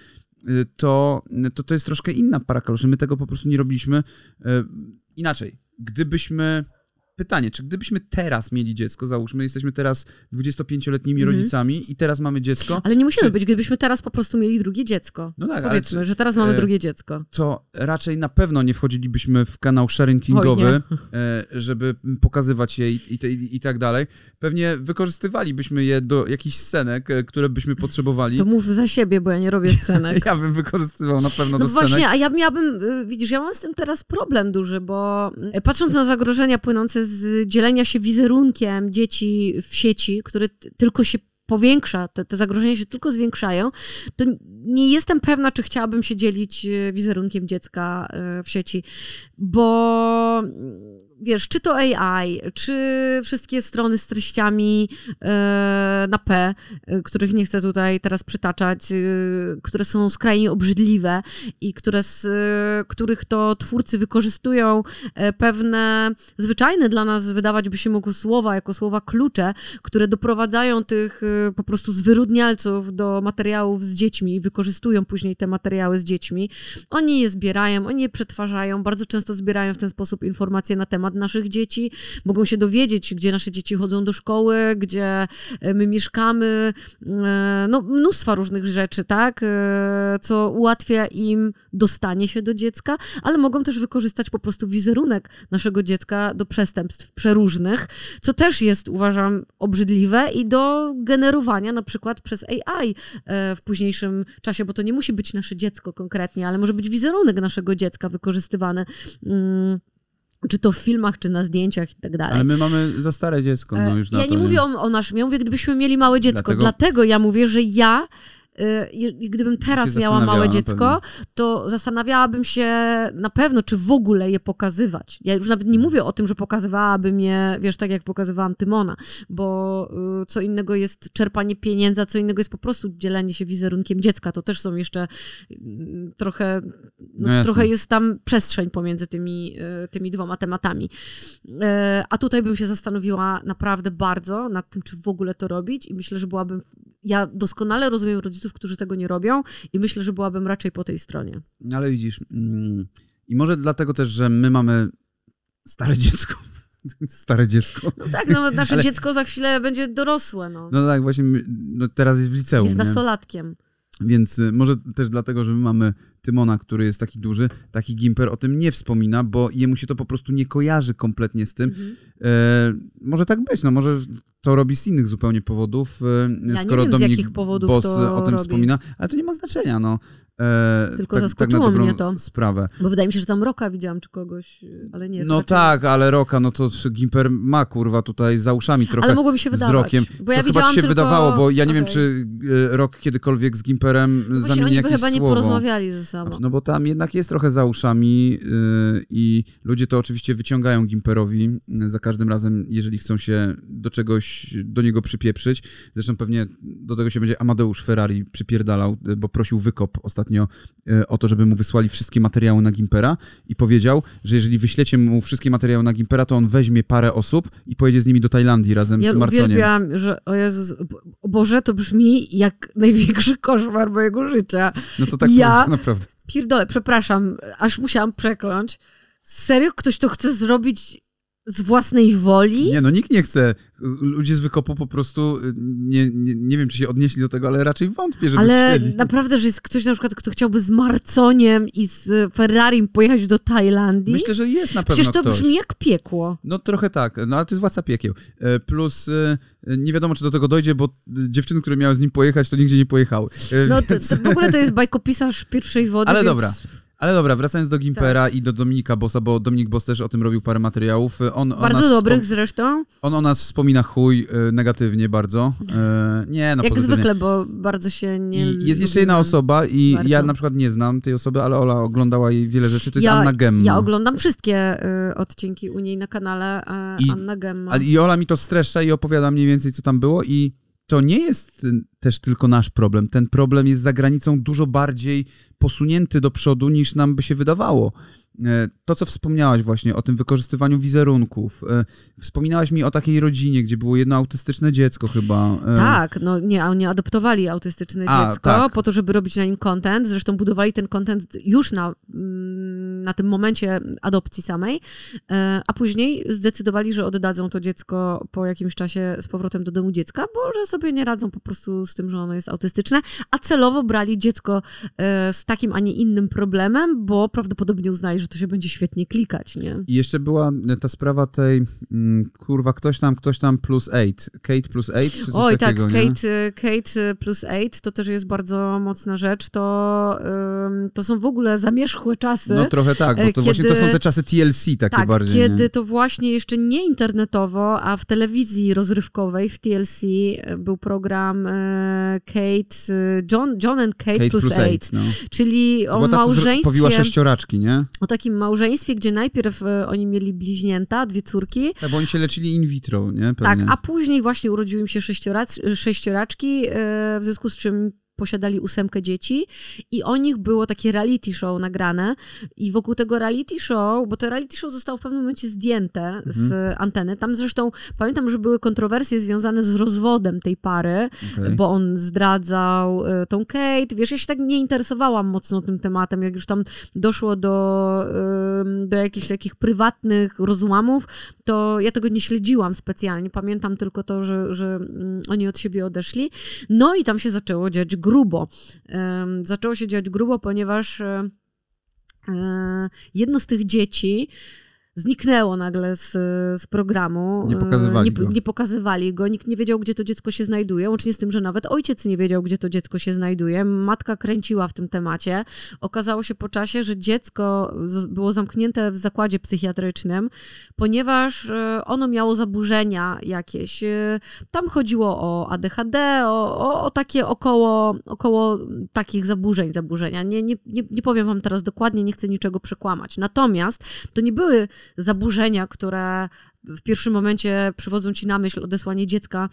to to, to jest troszkę inna para kaloszy. My tego po prostu nie robiliśmy. Inaczej, gdybyśmy... Pytanie, czy gdybyśmy teraz mieli dziecko, załóżmy, jesteśmy teraz dwudziestopięcioletnimi mm-hmm. rodzicami i teraz mamy dziecko... Ale nie musimy czy... być, gdybyśmy teraz po prostu mieli drugie dziecko. No tak, Powiedzmy, ale czy, że teraz mamy e, drugie dziecko. To raczej na pewno nie wchodzilibyśmy w kanał sharentingowy, e, żeby pokazywać je i, i, i tak dalej. Pewnie wykorzystywalibyśmy je do jakichś scenek, e, które byśmy potrzebowali. To mów za siebie, bo ja nie robię scenek. Ja bym wykorzystywał na pewno no do scenek. No właśnie, a ja miałabym, widzisz, ja mam z tym teraz problem duży, bo patrząc na zagrożenia płynące z dzielenia się wizerunkiem dzieci w sieci, który t- tylko się powiększa, te, te zagrożenia się tylko zwiększają, to nie jestem pewna, czy chciałabym się dzielić wizerunkiem dziecka w sieci, bo wiesz, czy to A I, czy wszystkie strony z treściami e, na P, e, których nie chcę tutaj teraz przytaczać, e, które są skrajnie obrzydliwe i które z, e, których to twórcy wykorzystują e, pewne zwyczajne dla nas wydawać by się mogło słowa, jako słowa klucze, które doprowadzają tych e, po prostu zwyrodnialców do materiałów z dziećmi i wykorzystują później te materiały z dziećmi. Oni je zbierają, oni je przetwarzają, bardzo często zbierają w ten sposób informacje na temat temat naszych dzieci, mogą się dowiedzieć, gdzie nasze dzieci chodzą do szkoły, gdzie my mieszkamy, no mnóstwa różnych rzeczy, tak, co ułatwia im dostanie się do dziecka, ale mogą też wykorzystać po prostu wizerunek naszego dziecka do przestępstw przeróżnych, co też jest, uważam, obrzydliwe i do generowania na przykład przez A I w późniejszym czasie, bo to nie musi być nasze dziecko konkretnie, ale może być wizerunek naszego dziecka wykorzystywany, czy to w filmach, czy na zdjęciach i tak dalej. Ale my mamy za stare dziecko, no już na Ja to, nie mówię o, o naszym, ja mówię, gdybyśmy mieli małe dziecko. Dlatego, Dlatego ja mówię, że ja i gdybym teraz miała małe dziecko, to zastanawiałabym się na pewno, czy w ogóle je pokazywać. Ja już nawet nie mówię o tym, że pokazywałabym je, wiesz, tak jak pokazywałam Tymona, bo y, co innego jest czerpanie pieniędzy, a co innego jest po prostu dzielenie się wizerunkiem dziecka. To też są jeszcze y, trochę, no, no trochę jest tam przestrzeń pomiędzy tymi, y, tymi dwoma tematami. Y, a tutaj bym się zastanowiła naprawdę bardzo nad tym, czy w ogóle to robić i myślę, że byłabym, ja doskonale rozumiem rodziców, którzy tego nie robią i myślę, że byłabym raczej po tej stronie. Ale widzisz, mm, i może dlatego też, że my mamy stare dziecko. Stare dziecko. No tak, no nasze Ale... dziecko za chwilę będzie dorosłe. No, no tak, właśnie no teraz jest w liceum. Jest nie? nastolatkiem. Więc może też dlatego, że my mamy Tymona, który jest taki duży, taki Gimper o tym nie wspomina, bo jemu się to po prostu nie kojarzy kompletnie z tym. Mhm. E, może tak być, no może to robi z innych zupełnie powodów, e, ja skoro nie wiem, Dominik z jakich powodów Boss to o tym robi. wspomina, ale to nie ma znaczenia, no. E, Tylko tak, zaskoczyło tak na mnie to. Sprawę. Bo wydaje mi się, że tam Roka widziałam, czy kogoś, ale nie. No raczej... tak, ale Roka, no to Gimper ma, kurwa, tutaj za uszami trochę ale mogło mi się wydawać, wzrokiem. Bo ja to chyba ci się tylko... wydawało, bo ja nie okay. wiem, czy Rok kiedykolwiek z Gimperem no zamieni oni jakieś chyba nie słowo. porozmawiali ze sobą. No bo tam jednak jest trochę za uszami yy, i ludzie to oczywiście wyciągają Gimperowi yy, za każdym razem, jeżeli chcą się do czegoś, do niego przypieprzyć. Zresztą pewnie do tego się będzie Amadeusz Ferrari przypierdalał, yy, bo prosił Wykop ostatnio yy, o to, żeby mu wysłali wszystkie materiały na Gimpera i powiedział, że jeżeli wyślecie mu wszystkie materiały na Gimpera, to on weźmie parę osób i pojedzie z nimi do Tajlandii razem ja z Marconiem. Ja uwielbiam, że o Jezus, o Boże, to brzmi jak największy koszmar mojego życia. No to tak ja... powiem, naprawdę. Pierdolę, przepraszam, aż musiałam przekląć. Serio? Ktoś to chce zrobić z własnej woli? Nie, no nikt nie chce. Ludzie z Wykopu po prostu, nie, nie, nie wiem, czy się odnieśli do tego, ale raczej wątpię, żeby Ale chcieli. naprawdę, że jest ktoś na przykład, kto chciałby z Marconiem i z Ferrarim pojechać do Tajlandii? Myślę, że jest na pewno Przecież to ktoś. brzmi jak piekło. No trochę tak, no ale to jest władca piekieł. Plus nie wiadomo, czy do tego dojdzie, bo dziewczyny, które miały z nim pojechać, to nigdzie nie pojechały. No Więc... to, to w ogóle to jest bajkopisarz pierwszej wody, Ale więc... dobra. Ale dobra, wracając do Gimpera tak. i do Dominika Bossa, bo Dominik Boss też o tym robił parę materiałów. On bardzo nas dobrych wspom... zresztą. On o nas wspomina chuj y, negatywnie bardzo. Y, nie, no Jak pozytywnie. zwykle, bo bardzo się nie... I jest jeszcze jedna osoba i bardzo. ja na przykład nie znam tej osoby, ale Ola oglądała jej wiele rzeczy, to jest ja, Anna Gemma. Ja oglądam wszystkie y, odcinki u niej na kanale y, I, Anna Gemma. Ale i Ola mi to streszcza i opowiada mniej więcej, co tam było i to nie jest też tylko nasz problem. Ten problem jest za granicą dużo bardziej posunięty do przodu, niż nam by się wydawało. To, co wspomniałaś właśnie o tym wykorzystywaniu wizerunków. Wspominałaś mi o takiej rodzinie, gdzie było jedno autystyczne dziecko chyba. Tak, no nie, oni adoptowali autystyczne A, dziecko tak. po to, żeby robić na nim content. Zresztą budowali ten content już na, na tym momencie adopcji samej, a później zdecydowali, że oddadzą to dziecko po jakimś czasie z powrotem do domu dziecka, bo że sobie nie radzą po prostu z tym, że ono jest autystyczne, a celowo brali dziecko z takim, a nie innym problemem, bo prawdopodobnie uznali, że to się będzie świetnie klikać, nie? I jeszcze była ta sprawa tej, kurwa, ktoś tam, ktoś tam plus eight. Kate plus eight, czy coś Oj, takiego, tak, nie? Kate, Kate plus eight to też jest bardzo mocna rzecz. To, ym, to są w ogóle zamierzchłe czasy. No trochę tak, bo to kiedy, właśnie to są te czasy T L C takie tak, bardziej. kiedy nie? to właśnie jeszcze nie internetowo, a w telewizji rozrywkowej, w T L C był program y, Kate, y, John, John and Kate, Kate plus, plus eight, eight no. czyli o Bo ta, małżeństwie... powiła sześcioraczki, nie? O takim małżeństwie, gdzie najpierw y, oni mieli bliźnięta, dwie córki. Tak, bo oni się leczyli in vitro, nie? Pewnie. Tak, a później właśnie urodziły im się sześciorac, sześcioraczki, y, w związku z czym posiadali ósemkę dzieci i o nich było takie reality show nagrane i wokół tego reality show, bo to reality show zostało w pewnym momencie zdjęte mhm. z anteny. Tam zresztą pamiętam, że były kontrowersje związane z rozwodem tej pary, okay. bo on zdradzał y, tą Kate. Wiesz, ja się tak nie interesowałam mocno tym tematem, jak już tam doszło do, y, do jakichś takich prywatnych rozłamów, to ja tego nie śledziłam specjalnie. Pamiętam tylko to, że, że y, oni od siebie odeszli. No i tam się zaczęło dziać grubo. Y, zaczęło się dziać grubo, ponieważ y, y, jedno z tych dzieci zniknęło nagle z, z programu. Nie pokazywali nie, go. Nie pokazywali go. Nikt nie wiedział, gdzie to dziecko się znajduje. Łącznie z tym, że nawet ojciec nie wiedział, gdzie to dziecko się znajduje. Matka kręciła w tym temacie. Okazało się po czasie, że dziecko było zamknięte w zakładzie psychiatrycznym, ponieważ ono miało zaburzenia jakieś. Tam chodziło o A D H D, o, o, o takie około, około takich zaburzeń, zaburzenia. Nie, nie, nie, nie powiem wam teraz dokładnie, nie chcę niczego przekłamać. Natomiast to nie były zaburzenia, które w pierwszym momencie przywodzą ci na myśl odesłanie dziecka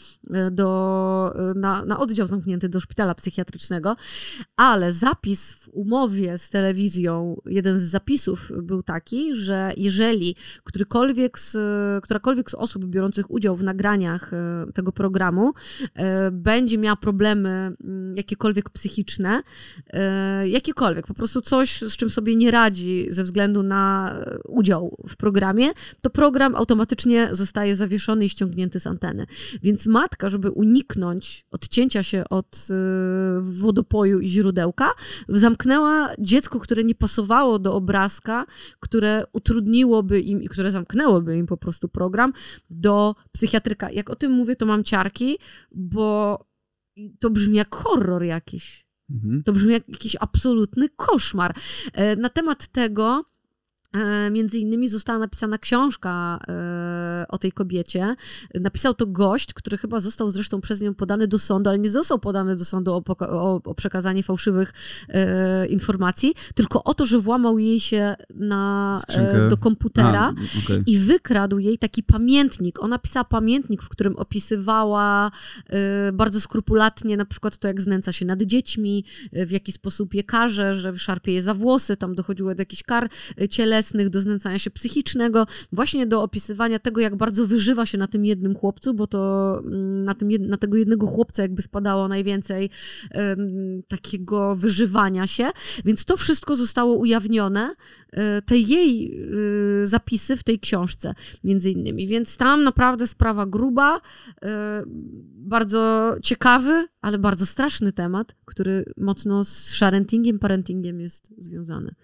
do, na, na oddział zamknięty do szpitala psychiatrycznego, ale zapis w umowie z telewizją, jeden z zapisów był taki, że jeżeli którykolwiek z, którakolwiek z osób biorących udział w nagraniach tego programu będzie miała problemy jakiekolwiek psychiczne, jakiekolwiek, po prostu coś, z czym sobie nie radzi ze względu na udział w programie, to program automatycznie zostaje zawieszony i ściągnięty z anteny. Więc matka, żeby uniknąć odcięcia się od y, wodopoju i źródełka, zamknęła dziecko, które nie pasowało do obrazka, które utrudniłoby im i które zamknęłoby im po prostu program, do psychiatryka. Jak o tym mówię, to mam ciarki, bo to brzmi jak horror jakiś. Mhm. To brzmi jak jakiś absolutny koszmar. E, na temat tego między innymi została napisana książka e, o tej kobiecie. Napisał to gość, który chyba został zresztą przez nią podany do sądu, ale nie został podany do sądu o, poka- o, o przekazanie fałszywych e, informacji, tylko o to, że włamał jej się na, e, do komputera A, okay. i wykradł jej taki pamiętnik. Ona pisała pamiętnik, w którym opisywała e, bardzo skrupulatnie na przykład to, jak znęca się nad dziećmi, w jaki sposób je karze, że szarpie je za włosy, tam dochodziło do jakichś kar cielesnych, do znęcania się psychicznego, właśnie do opisywania tego, jak bardzo wyżywa się na tym jednym chłopcu, bo to na, tym, na tego jednego chłopca jakby spadało najwięcej um, takiego wyżywania się, więc to wszystko zostało ujawnione, te jej y, zapisy w tej książce między innymi, więc tam naprawdę sprawa gruba, y, bardzo ciekawy, ale bardzo straszny temat, który mocno z sharentingiem, parentingiem jest związany.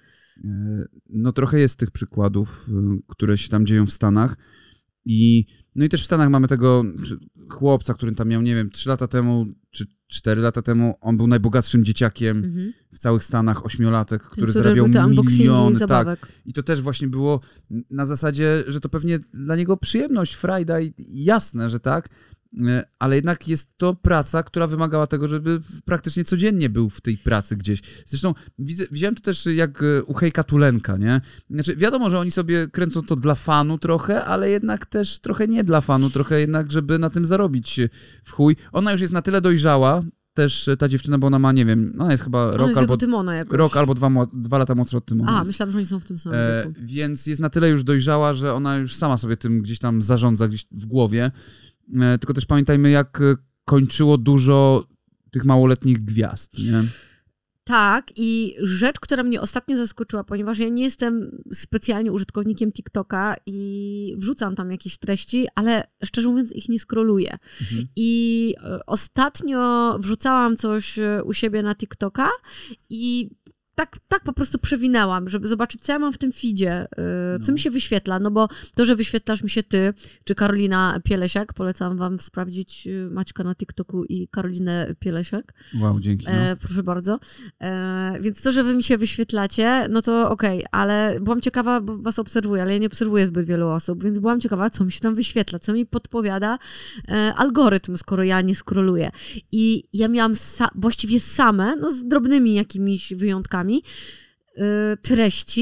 No trochę jest tych przykładów, które się tam dzieją w Stanach i no i też w Stanach mamy tego chłopca, który tam miał, nie wiem, trzy lata temu czy cztery lata temu, on był najbogatszym dzieciakiem mm-hmm. w całych Stanach, ośmiolatek, który, który zarabiał miliony. Tak. I to też właśnie było na zasadzie, że to pewnie dla niego przyjemność, frajda i jasne, że tak, ale jednak jest to praca, która wymagała tego, żeby praktycznie codziennie był w tej pracy gdzieś. Zresztą widzę, widziałem to też jak u Hejka Tulenka, nie? Znaczy wiadomo, że oni sobie kręcą to dla fanu trochę, ale jednak też trochę nie dla fanu, trochę jednak, żeby na tym zarobić w chuj. Ona już jest na tyle dojrzała, też ta dziewczyna, bo ona ma, nie wiem, ona jest chyba rok, jest albo, rok albo dwa, dwa lata młodsza od Tymona. A, myślałam, że oni są w tym samym e, wieku. Więc jest na tyle już dojrzała, że ona już sama sobie tym gdzieś tam zarządza, gdzieś w głowie. Tylko też pamiętajmy, jak kończyło dużo tych małoletnich gwiazd, nie? Tak, i rzecz, która mnie ostatnio zaskoczyła, ponieważ ja nie jestem specjalnie użytkownikiem TikToka i wrzucam tam jakieś treści, ale szczerze mówiąc ich nie scrolluję. Mhm. I ostatnio wrzucałam coś u siebie na TikToka i Tak, tak po prostu przewinęłam, żeby zobaczyć, co ja mam w tym feedzie, co no. mi się wyświetla, no bo to, że wyświetlasz mi się ty, czy Karolina Pielesiak, polecam wam sprawdzić Maćka na TikToku i Karolinę Pielesiak. Wow, dzięki. No. E, proszę bardzo. E, więc to, że wy mi się wyświetlacie, no to okej, okay, ale byłam ciekawa, bo was obserwuję, ale ja nie obserwuję zbyt wielu osób, więc byłam ciekawa, co mi się tam wyświetla, co mi podpowiada e, algorytm, skoro ja nie scrolluję. I ja miałam sa- właściwie same, no z drobnymi jakimiś wyjątkami, treści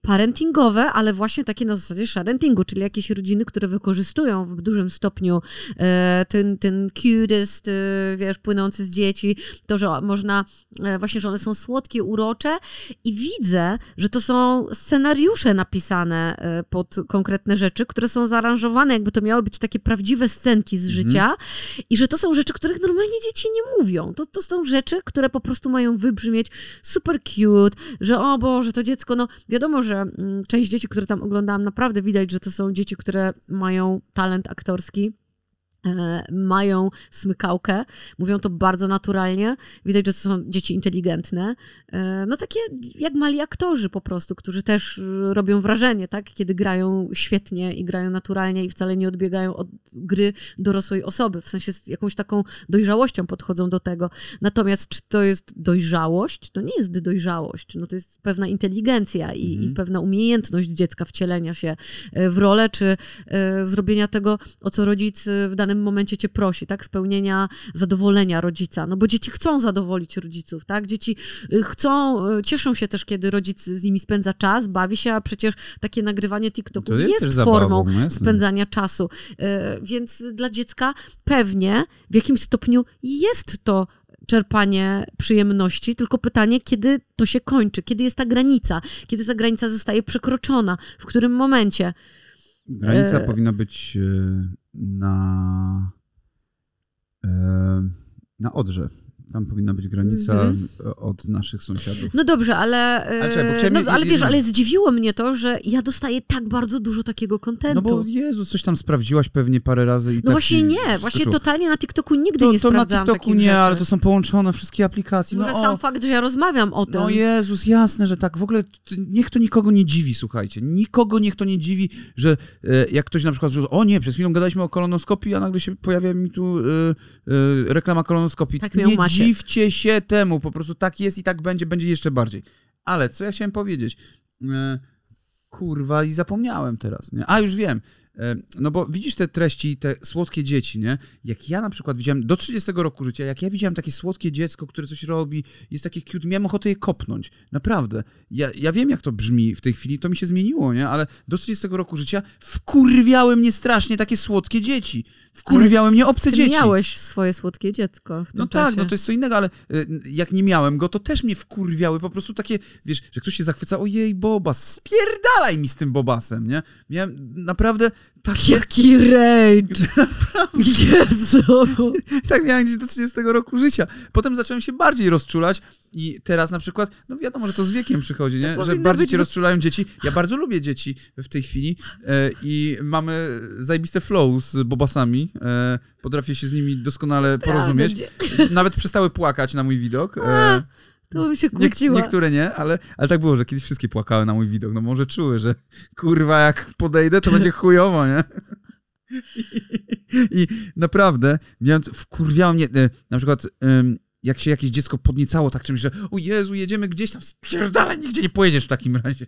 parentingowe, ale właśnie takie na zasadzie sharentingu, czyli jakieś rodziny, które wykorzystują w dużym stopniu e, ten, ten cutest, e, wiesz, płynący z dzieci, to, że można, e, właśnie, że one są słodkie, urocze i widzę, że to są scenariusze napisane e, pod konkretne rzeczy, które są zaaranżowane, jakby to miały być takie prawdziwe scenki z Mhm. życia i że to są rzeczy, których normalnie dzieci nie mówią. To, to są rzeczy, które po prostu mają wybrzmieć super cute, że o Boże, to dziecko, no wiadomo, że mm, część dzieci, które tam oglądałam, naprawdę widać, że to są dzieci, które mają talent aktorski, e, mają smykałkę, mówią to bardzo naturalnie, widać, że to są dzieci inteligentne, e, no takie jak mali aktorzy po prostu, którzy też e, robią wrażenie, tak, kiedy grają świetnie i grają naturalnie i wcale nie odbiegają od gry dorosłej osoby, w sensie z jakąś taką dojrzałością podchodzą do tego. Natomiast czy to jest dojrzałość? To nie jest dojrzałość, no to jest pewna inteligencja i, Mhm. i pewna umiejętność dziecka wcielenia się e, w rolę, czy e, zrobienia tego, o co rodzic e, w danym momencie cię prosi, tak? Spełnienia zadowolenia rodzica, no bo dzieci chcą zadowolić rodziców, tak? Dzieci y, chcą, y, cieszą się też, kiedy rodzic z nimi spędza czas, bawi się, a przecież takie nagrywanie TikToków To jest jest, też zabawą, formą no jasne. spędzania czasu. Y, Więc dla dziecka pewnie w jakimś stopniu jest to czerpanie przyjemności, tylko pytanie, kiedy to się kończy, kiedy jest ta granica, kiedy ta granica zostaje przekroczona, w którym momencie. Granica E- powinna być e, na e, na Odrze. Tam powinna być granica Mhm. od naszych sąsiadów. No dobrze, ale, Ale czekaj, bo e, chciałem no, je- ale wiesz, jedno- ale zdziwiło mnie to, że ja dostaję tak bardzo dużo takiego kontentu. No bo Jezu, coś tam sprawdziłaś pewnie parę razy i No tak właśnie ci nie, właśnie wskoczyło. totalnie na TikToku nigdy To, nie to na sprawdzałam TikToku takich nie, rzeczy. ale to są połączone wszystkie aplikacje. Może No, sam o, fakt, że ja rozmawiam o tym. no Jezus, jasne, że tak. W ogóle t- niech to nikogo nie dziwi, słuchajcie. Nikogo niech to nie dziwi, że e, jak ktoś na przykład rzuca, o nie, przed chwilą gadaliśmy o kolonoskopii, a nagle się pojawia mi tu e, e, reklama kolonoskopii. Tak miał nie Maciek. dziwcie się temu, po prostu tak jest i tak będzie, będzie jeszcze bardziej. Ale co ja chciałem powiedzieć? E, kurwa, i zapomniałem teraz, nie? A, już wiem. E, No bo widzisz te treści, te słodkie dzieci, nie? Jak ja na przykład widziałem, do trzydziestego roku życia, jak ja widziałem takie słodkie dziecko, które coś robi, jest takie cute, miałem ochotę je kopnąć. Naprawdę. Ja, ja wiem, jak to brzmi w tej chwili, to mi się zmieniło, nie? Ale do trzydziestego roku życia wkurwiały mnie strasznie takie słodkie dzieci. Wkurwiały mnie obce Ty dzieci. miałeś swoje słodkie dziecko w tym No czasie. tak, no to jest co innego, ale y, jak nie miałem go, to też mnie wkurwiały po prostu takie, wiesz, że ktoś się zachwyca, ojej, Bobas, spierdalaj mi z tym Bobasem, nie? Miałem naprawdę takie... Jaki rage! Jezu! Tak miałem gdzieś do trzydziestego roku życia. Potem zacząłem się bardziej rozczulać i teraz na przykład, no wiadomo, że to z wiekiem przychodzi, nie? To Że powinno bardziej być cię w- rozczulają dzieci. Ja bardzo lubię dzieci w tej chwili e, i mamy zajebiste flow z Bobasami. E, potrafię się z nimi doskonale porozumieć. Prawda, Nawet przestały płakać na mój widok. E, A, to bym się Niek- kłóciła. niektóre nie, ale, ale tak było, że kiedyś wszystkie płakały na mój widok. No może czuły, że kurwa jak podejdę, to będzie chujowo, nie? I, i naprawdę miałem, wkurwiało mnie, e, na przykład em, jak się jakieś dziecko podniecało tak czymś, że o Jezu, jedziemy gdzieś tam, spierdalaj, nigdzie nie pojedziesz w takim razie.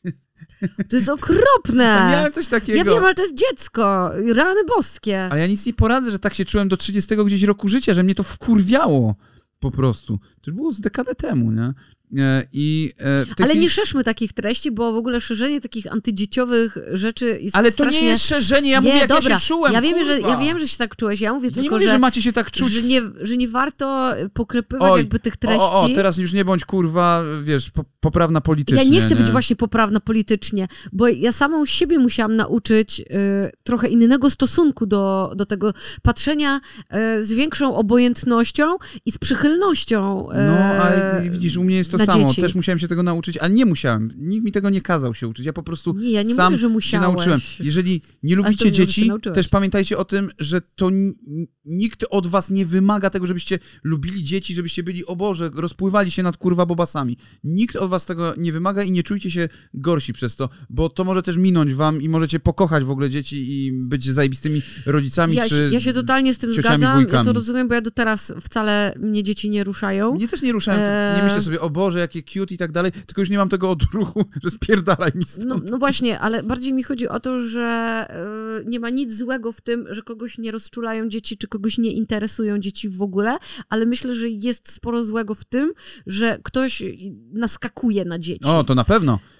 To jest okropne! Miałem coś takiego. Ja wiem, ale to jest dziecko. Rany boskie. Ale ja nic nie poradzę, że tak się czułem do trzydziestego gdzieś roku życia, że mnie to wkurwiało po prostu. To już było z dekadę temu, nie? E, I e, w tej Ale chwili... nie szerzmy takich treści, bo w ogóle szerzenie takich antydzieciowych rzeczy jest Ale to strasznie... nie jest szerzenie, ja mówię, jak dobra. ja się czułem, ja wiem, że, kurwa. ja wiem, że się tak czułeś. Ja mówię Ja nie tylko, mówię, że... że, macie się tak czuć. że, nie, że nie warto pokrypywać Oj, jakby tych treści. O, o, teraz już nie bądź, kurwa, wiesz, po, poprawna politycznie. Ja nie chcę być właśnie poprawna politycznie, bo ja samą siebie musiałam nauczyć y, trochę innego stosunku do, do tego patrzenia y, z większą obojętnością i z przychylnością. Y, No, ale widzisz, u mnie jest to na samo. dzieci. Też musiałem się tego nauczyć, ale nie musiałem. Nikt mi tego nie kazał się uczyć. Ja po prostu Nie, ja nie sam mówię, że się musiałeś. nauczyłem. Jeżeli nie to lubicie miło, że się dzieci, nauczyłeś. też pamiętajcie o tym, że to n- nikt od was nie wymaga tego, żebyście lubili dzieci, żebyście byli, o Boże, rozpływali się nad kurwa bobasami. Nikt od was tego nie wymaga i nie czujcie się gorsi przez to, bo to może też minąć wam i możecie pokochać w ogóle dzieci i być zajebistymi rodzicami, Ja, czy się- ja się totalnie z tym ciociami, zgadzam. Ja wujkami. to rozumiem, bo ja do teraz wcale mnie dzieci nie ruszają. Mnie też nie ruszałem, Eee. nie myślę sobie, o Boże, jakie cute i tak dalej, tylko już nie mam tego odruchu, że spierdalaj mi stąd. No, no właśnie, ale bardziej mi chodzi o to, że y, nie ma nic złego w tym, że kogoś nie rozczulają dzieci, czy kogoś nie interesują dzieci w ogóle, ale myślę, że jest sporo złego w tym, że ktoś naskakuje na dzieci. O, to na pewno.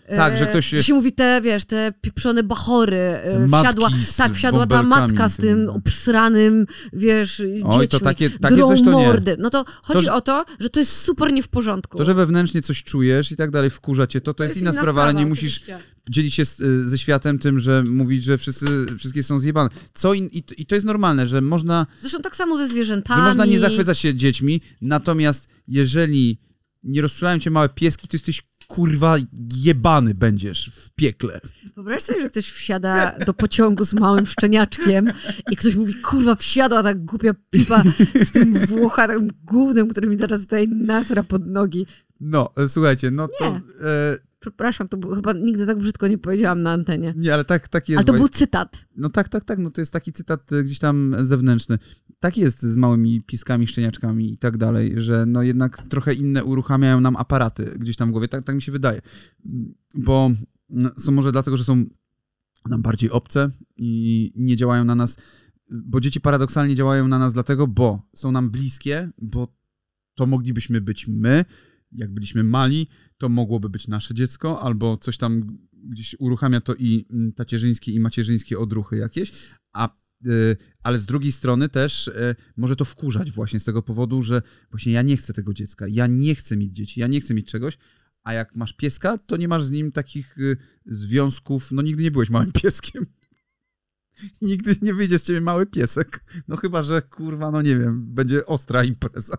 Tak, że ktoś... To się mówi te, wiesz, te pieprzone bachory. E, Matki wsiadła, z tak, wsiadła ta matka z tym tym. obsranym, wiesz, Oj, dziećmi. to takie, takie drą coś to nie. mordy. No to chodzi To, że- o to, że to jest super nie w porządku. To, że wewnętrznie coś czujesz i tak dalej, wkurza cię, to, to, jest inna sprawa, ale nie musisz oczywiście. dzielić się z, ze światem tym, że mówić, że wszyscy, wszystkie są zjebane. Co in, i, I to jest normalne, że można, Zresztą tak samo ze zwierzętami. że można nie zachwycać się dziećmi, natomiast jeżeli nie rozczulają cię małe pieski, to jesteś kurwa jebany będziesz w piekle. Wyobraź sobie, że ktoś wsiada do pociągu z małym szczeniaczkiem i ktoś mówi, kurwa, wsiadła ta głupia pipa z tym włochatem gównem, który mi teraz tutaj nasra pod nogi. No, e, słuchajcie, no to... E, Przepraszam, to było, chyba nigdy tak brzydko nie powiedziałam na antenie. nie, ale tak, tak jest. Ale to bo- był cytat. No tak, tak, tak, no to jest taki cytat e, gdzieś tam zewnętrzny. Tak jest z małymi piskami, szczeniaczkami i tak dalej, że no jednak trochę inne uruchamiają nam aparaty gdzieś tam w głowie, tak, tak mi się wydaje. Bo no, są może dlatego, że są nam bardziej obce i nie działają na nas, bo dzieci paradoksalnie działają na nas dlatego, bo są nam bliskie, bo to moglibyśmy być my, jak byliśmy mali, to mogłoby być nasze dziecko, albo coś tam gdzieś uruchamia to i mm, tacierzyńskie i macierzyńskie odruchy jakieś, a, y, ale z drugiej strony też y, może to wkurzać właśnie z tego powodu, że właśnie ja nie chcę tego dziecka, ja nie chcę mieć dzieci, ja nie chcę mieć czegoś, a jak masz pieska, to nie masz z nim takich y, związków, no nigdy nie byłeś małym pieskiem. Nigdy nie wyjdzie z ciebie mały piesek. No chyba, że kurwa, no nie wiem, będzie ostra impreza.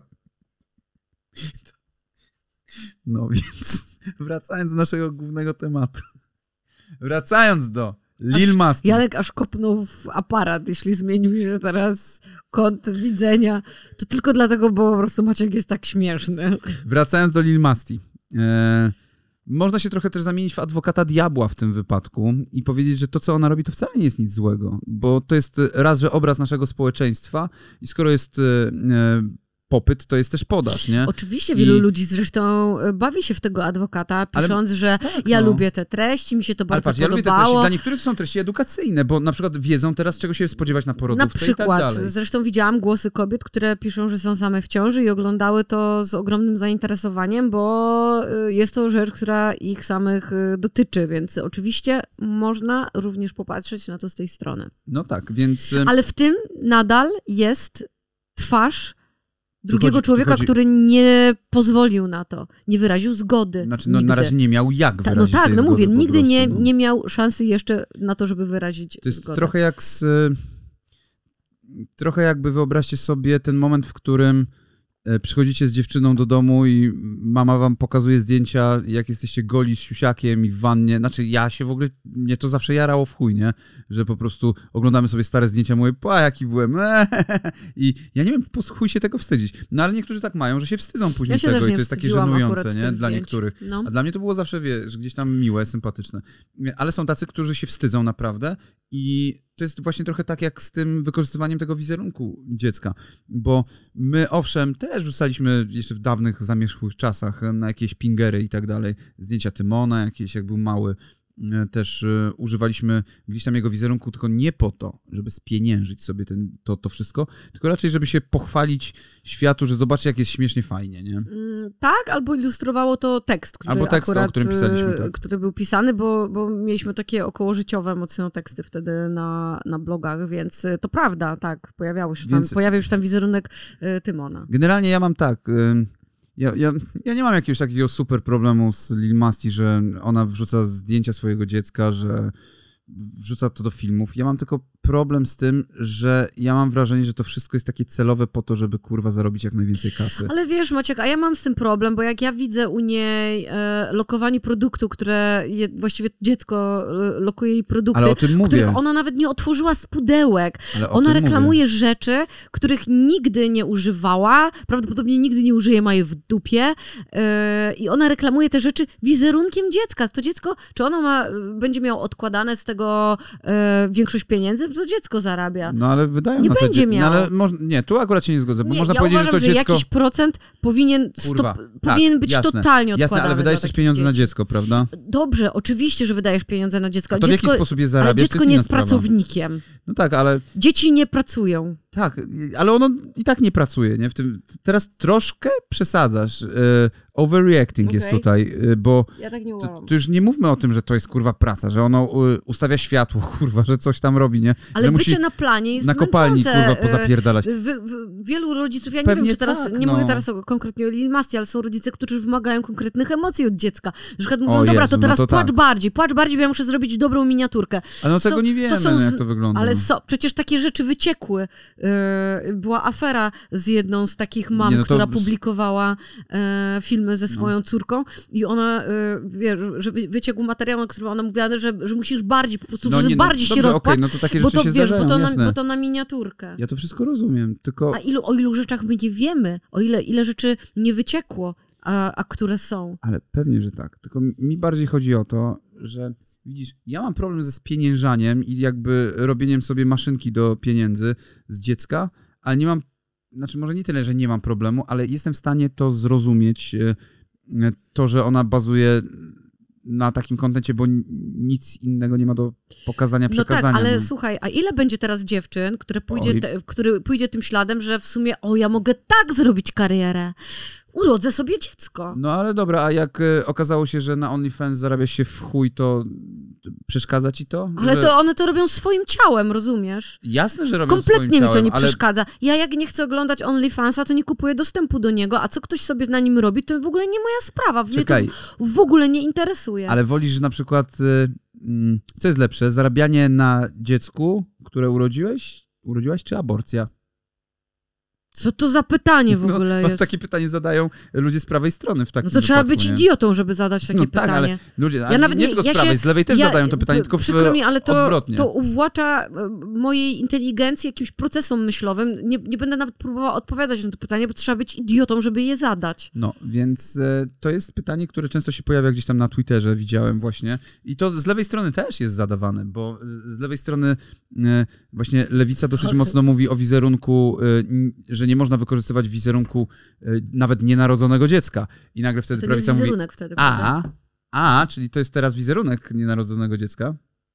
No więc, wracając do naszego głównego tematu. Wracając do Lil Masti. Janek aż kopnął w aparat, jeśli zmienił się teraz kąt widzenia. To tylko dlatego, bo po prostu Maciek jest tak śmieszny. Wracając do Lil Masti. E, można się trochę też zamienić w adwokata diabła w tym wypadku i powiedzieć, że to, co ona robi, to wcale nie jest nic złego. Bo to jest raz, że obraz naszego społeczeństwa i skoro jest e, popyt, to jest też podaż, nie? Oczywiście I- wielu ludzi zresztą bawi się w tego adwokata, pisząc, że tak, ja no. lubię te treści, mi się to Ale bardzo patrz, ja lubię te treści. podobało. Dla niektórych to są treści edukacyjne, bo na przykład wiedzą teraz, czego się spodziewać na Na porodówce i tak przykład, dalej. zresztą widziałam głosy kobiet, które piszą, że są same w ciąży i oglądały to z ogromnym zainteresowaniem, bo y, jest to rzecz, która ich samych y, dotyczy, więc oczywiście można również popatrzeć na to z tej strony. No tak, więc... em, Ale w tym nadal jest twarz drugiego chodzi- tu człowieka, chodzi- który nie pozwolił na to, nie wyraził zgody. Znaczy, no, nigdy. na razie nie miał jak Ta, no wyrazić tak, tej no zgody mówię, po nigdy prostu, nie, no. nie miał szansy jeszcze na to, żeby wyrazić To jest zgodę. trochę jak z... e, Trochę jakby wyobraźcie sobie ten moment, w którym e, przychodzicie z dziewczyną do domu i mama wam pokazuje zdjęcia, jak jesteście goli z siusiakiem i w wannie. Znaczy ja się w ogóle, mnie to zawsze jarało w chuj, nie? Że po prostu oglądamy sobie stare zdjęcia, mówię, pa, jaki byłem. I ja nie wiem, po chuj się tego wstydzić. No ale niektórzy tak mają, że się wstydzą później Ja się tego też i nie to jest takie wstydziłam żenujące, akurat nie? tych Dla zdjęć. niektórych. No. A dla mnie to było zawsze, wiesz, gdzieś tam miłe, sympatyczne. Ale są tacy, którzy się wstydzą naprawdę i to jest właśnie trochę tak jak z tym wykorzystywaniem tego wizerunku dziecka, bo my owszem też rzucaliśmy jeszcze w dawnych, zamierzchłych czasach na jakieś pingery i tak dalej, zdjęcia Tymona jakieś, jak był mały, też e, używaliśmy gdzieś tam jego wizerunku, tylko nie po to, żeby spieniężyć sobie ten, to, to wszystko, tylko raczej, żeby się pochwalić światu, że zobaczcie, jak jest śmiesznie fajnie, nie? Mm, tak, albo ilustrowało to tekst, który Albo tekst, o akurat, którym pisaliśmy, y, tak. który był pisany, bo, bo mieliśmy takie okołożyciowe mocno teksty wtedy na, na blogach, więc y, to prawda, tak, pojawiało się Więc- tam, pojawił się tam wizerunek y, Tymona. Generalnie ja mam tak. ym, Ja, ja, ja nie mam jakiegoś takiego super problemu z Lil Masti, że ona wrzuca zdjęcia swojego dziecka, że wrzuca to do filmów. Ja mam tylko problem z tym, że ja mam wrażenie, że to wszystko jest takie celowe po to, żeby kurwa zarobić jak najwięcej kasy. Ale wiesz, Maciek, a ja mam z tym problem, bo jak ja widzę u niej e, lokowanie produktu, które je, właściwie dziecko e, lokuje jej produkty, Ale o tym mówię. których ona nawet nie otworzyła z pudełek. Ale o Ona tym reklamuje mówię. rzeczy, których nigdy nie używała, prawdopodobnie nigdy nie użyje, ma je w dupie e, i ona reklamuje te rzeczy wizerunkiem dziecka. To dziecko, czy ono ma, będzie miało odkładane z tego e, większość pieniędzy? To dziecko zarabia. No ale wydają Nie na to będzie dzie- miało. No, ale moż... Nie, tu akurat się nie zgodzę, bo Nie, można ja powiedzieć, uważam, że to dziecko... jakiś procent powinien, Kurwa, stop, tak, powinien być jasne, totalnie odkładany. Jasne, ale wydajesz dla też takich pieniądze na dzieci. dziecko, prawda? Dobrze, oczywiście, że wydajesz pieniądze na dziecko, A ale to w dziecko, jaki sposób je ale zarabiasz, to dziecko jest nie inna jest sprawa. pracownikiem. No tak, ale Dzieci nie pracują. Tak, ale ono i tak nie pracuje, nie? W tym, teraz troszkę przesadzasz. E, overreacting okay. jest tutaj, e, bo ja tak nie to, to już nie mówmy o tym, że to jest kurwa praca, że ono e, ustawia światło, kurwa, że coś tam robi, nie? Ale że bycie musi na planie jest na kopalni, męczące. kurwa, pozapierdalać. W, w, wielu rodziców, ja nie Pewnie wiem, czy teraz, tak, nie no. mówię teraz o, konkretnie o Lil Masti, ale są rodzice, którzy wymagają konkretnych emocji od dziecka. Na przykład mówią, O dobra, Jezu, to teraz no to płacz tak. bardziej, płacz bardziej, bo ja muszę zrobić dobrą miniaturkę. Ale no So, tego nie wiemy, to są z... jak to wygląda. Ale so, przecież takie rzeczy wyciekły. Yy, była afera z jedną z takich mam, nie, no to... która publikowała yy, filmy ze swoją no. córką i ona, yy, wie, że wyciekł materiał, na którym ona mówiła, że, że musisz bardziej, po prostu, no, że nie, bardziej no, się dobrze, rozpłać, okay, no to takie bo rzeczy to, się wiesz, zdarzają, bo, to jasne. na, bo to na miniaturkę. Ja to wszystko rozumiem, tylko... A ilu, o ilu rzeczach my nie wiemy, o ile, ile rzeczy nie wyciekło, a, a które są. Ale pewnie, że tak. Tylko mi bardziej chodzi o to, że widzisz, ja mam problem ze spieniężaniem i jakby robieniem sobie maszynki do pieniędzy z dziecka, ale nie mam, znaczy może nie tyle, że nie mam problemu, ale jestem w stanie to zrozumieć, to, że ona bazuje na takim kontencie, bo nic innego nie ma do pokazania, przekazania. No tak, ale no. słuchaj, a ile będzie teraz dziewczyn, które pójdzie, te, który pójdzie tym śladem, że w sumie, o, ja mogę tak zrobić karierę. Urodzę sobie dziecko. No ale dobra, a jak y, okazało się, że na OnlyFans zarabia się w chuj, to przeszkadza ci to? Ale że... to one to robią swoim ciałem, rozumiesz? Jasne, że robią Kompletnie swoim ciałem, mi to nie ale... przeszkadza. Ja jak nie chcę oglądać OnlyFansa, to nie kupuję dostępu do niego, a co ktoś sobie na nim robi, to w ogóle nie moja sprawa. Mnie Czekaj. to w ogóle nie interesuje. Ale wolisz na przykład, y, y, co jest lepsze, zarabianie na dziecku, które urodziłeś, urodziłaś, czy aborcja? Co to za pytanie w ogóle no, jest? Takie pytanie zadają ludzie z prawej strony w takim No to wypadku, trzeba być nie? idiotą, żeby zadać takie no, pytanie. Tak, ale ludzie, ja nawet nie, nie tylko z ja prawej, się, z lewej też ja, zadają to pytanie, tylko w, przykro mi, ale to, odwrotnie. to uwłacza mojej inteligencji jakimś procesom myślowym. Nie, nie będę nawet próbowała odpowiadać na to pytanie, bo trzeba być idiotą, żeby je zadać. No, więc e, to jest pytanie, które często się pojawia gdzieś tam na Twitterze, widziałem właśnie. I to z lewej strony też jest zadawane, bo z lewej strony e, właśnie lewica dosyć mocno mówi o wizerunku, e, że nie można wykorzystywać wizerunku nawet nienarodzonego dziecka. I nagle wtedy to prawica mówi... wtedy, a, a, czyli to jest teraz wizerunek nienarodzonego dziecka?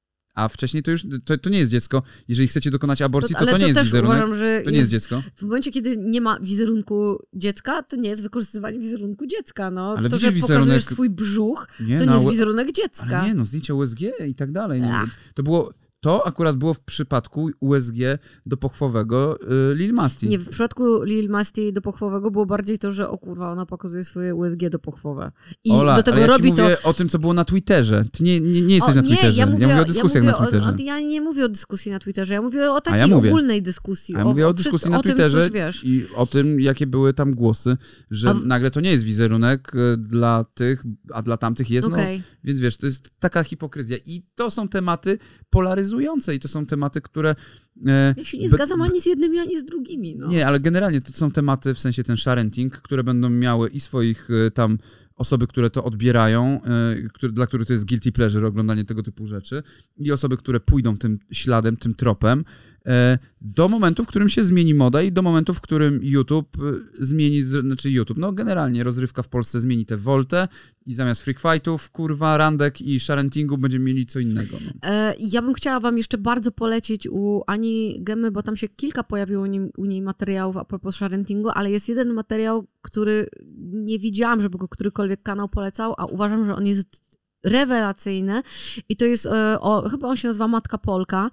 A wcześniej to już, to, to nie jest dziecko. Jeżeli chcecie dokonać aborcji, to to, to, to nie jest wizerunek, uważam, że to nie jest, jest dziecko. W momencie, kiedy nie ma wizerunku dziecka, to nie jest wykorzystywanie wizerunku dziecka. No. Ale to, widzisz, że wizerunek... pokazujesz swój brzuch, nie, to nie no, jest wizerunek dziecka. Ale nie, no zdjęcia U S G i tak dalej. Nie, Ach. to było... To akurat było w przypadku U S G dopochwowego y, Lil Masti. Nie, w przypadku Lil Masti dopochwowego było bardziej to, że o kurwa, ona pokazuje swoje U S G dopochwowe. I Ola, do tego ale ja robi ci mówię to... o tym, co było na Twitterze. Ty nie, nie, nie jesteś o, na nie, Twitterze. Ja mówię, ja mówię o dyskusjach ja mówię na Twitterze. O, o, ja nie mówię o dyskusji na Twitterze, ja mówię o takiej ja mówię. ogólnej dyskusji. A ja o, mówię o, o dyskusji wszyscy, na o Twitterze tym, wiesz. i o tym, jakie były tam głosy, że w... nagle to nie jest wizerunek y, dla tych, a dla tamtych jest. Okay. No, więc wiesz, to jest taka hipokryzja. I to są tematy polaryzujące i to są tematy, które... E, ja się nie be... zgadzam ani z jednymi, ani z drugimi. No. Nie, ale generalnie to są tematy, w sensie ten sharenting, które będą miały i swoich y, tam osoby, które to odbierają, y, które, dla których to jest guilty pleasure oglądanie tego typu rzeczy i osoby, które pójdą tym śladem, tym tropem, y, do momentu, w którym się zmieni moda i do momentu, w którym YouTube y, zmieni, znaczy YouTube, no generalnie rozrywka w Polsce zmieni tę woltę i zamiast freak fightów, kurwa, randek i sharentingu będziemy mieli co innego. No. E, ja bym chciała wam jeszcze bardzo polecić u Ani Gemy, bo tam się kilka pojawiło u niej, u niej materiałów a propos sharentingu, ale jest jeden materiał, który nie widziałam, żeby go którykolwiek kanał polecał, a uważam, że on jest rewelacyjny i to jest, e, o, chyba on się nazywa Matka Polka,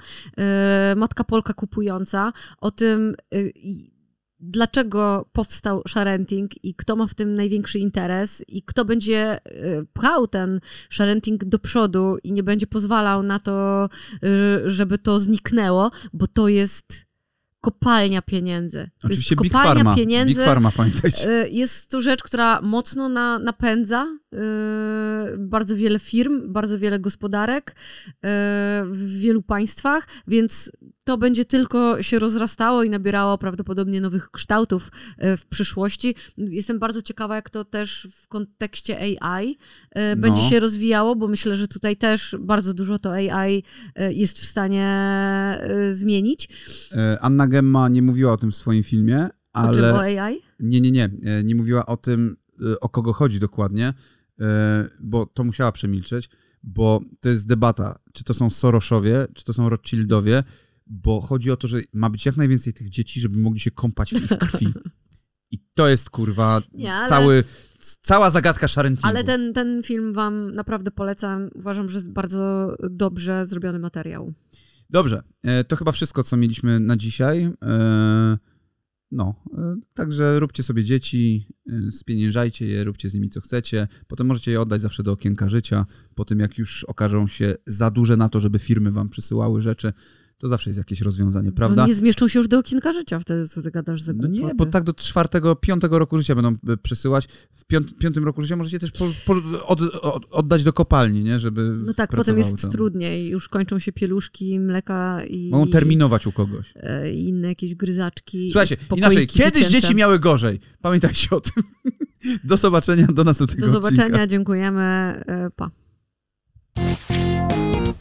e, Matka Polka kupująca, o tym e, dlaczego powstał sharenting i kto ma w tym największy interes i kto będzie pchał ten sharenting do przodu i nie będzie pozwalał na to, żeby to zniknęło, bo to jest kopalnia pieniędzy. To Oczywiście jest Big kopalnia Pharma. pieniędzy. Big Pharma, pamiętajcie. Jest to rzecz, która mocno na, napędza yy, bardzo wiele firm, bardzo wiele gospodarek yy, w wielu państwach, więc to będzie tylko się rozrastało i nabierało prawdopodobnie nowych kształtów yy, w przyszłości. Jestem bardzo ciekawa, jak to też w kontekście A I yy, no. będzie się rozwijało, bo myślę, że tutaj też bardzo dużo to A I yy, jest w stanie yy, zmienić. Anna Gemma nie mówiła o tym w swoim filmie, ale... O czym, o A I? Nie, nie, nie. Nie mówiła o tym, o kogo chodzi dokładnie, bo to musiała przemilczeć, bo to jest debata, czy to są Soroszowie, czy to są Rothschildowie, bo chodzi o to, że ma być jak najwięcej tych dzieci, żeby mogli się kąpać w ich krwi. I to jest, kurwa, Nie, ale... cały, cała zagadka Sharentingu. Ale ten, ten film wam naprawdę polecam. Uważam, że jest bardzo dobrze zrobiony materiał. Dobrze, to chyba wszystko, co mieliśmy na dzisiaj. No, także róbcie sobie dzieci, spieniężajcie je, róbcie z nimi co chcecie. Potem możecie je oddać zawsze do okienka życia. Po tym, jak już okażą się za duże na to, żeby firmy wam przysyłały rzeczy, to zawsze jest jakieś rozwiązanie, prawda? No nie zmieszczą się już do okienka życia wtedy, co ty gadasz za głupoty. No nie, bo tak do czwartego, piątego roku życia będą przesyłać. W piąt, piątym roku życia możecie też po, po, od, od, oddać do kopalni, nie? Żeby No tak, potem jest tam. trudniej. Już kończą się pieluszki, mleka i... Mogą terminować u kogoś. I inne jakieś gryzaczki. Słuchajcie, inaczej, kiedyś dziecięce. Dzieci miały gorzej. Pamiętajcie o tym. Do zobaczenia, do następnego Do zobaczenia, odcinka. dziękujemy. Pa.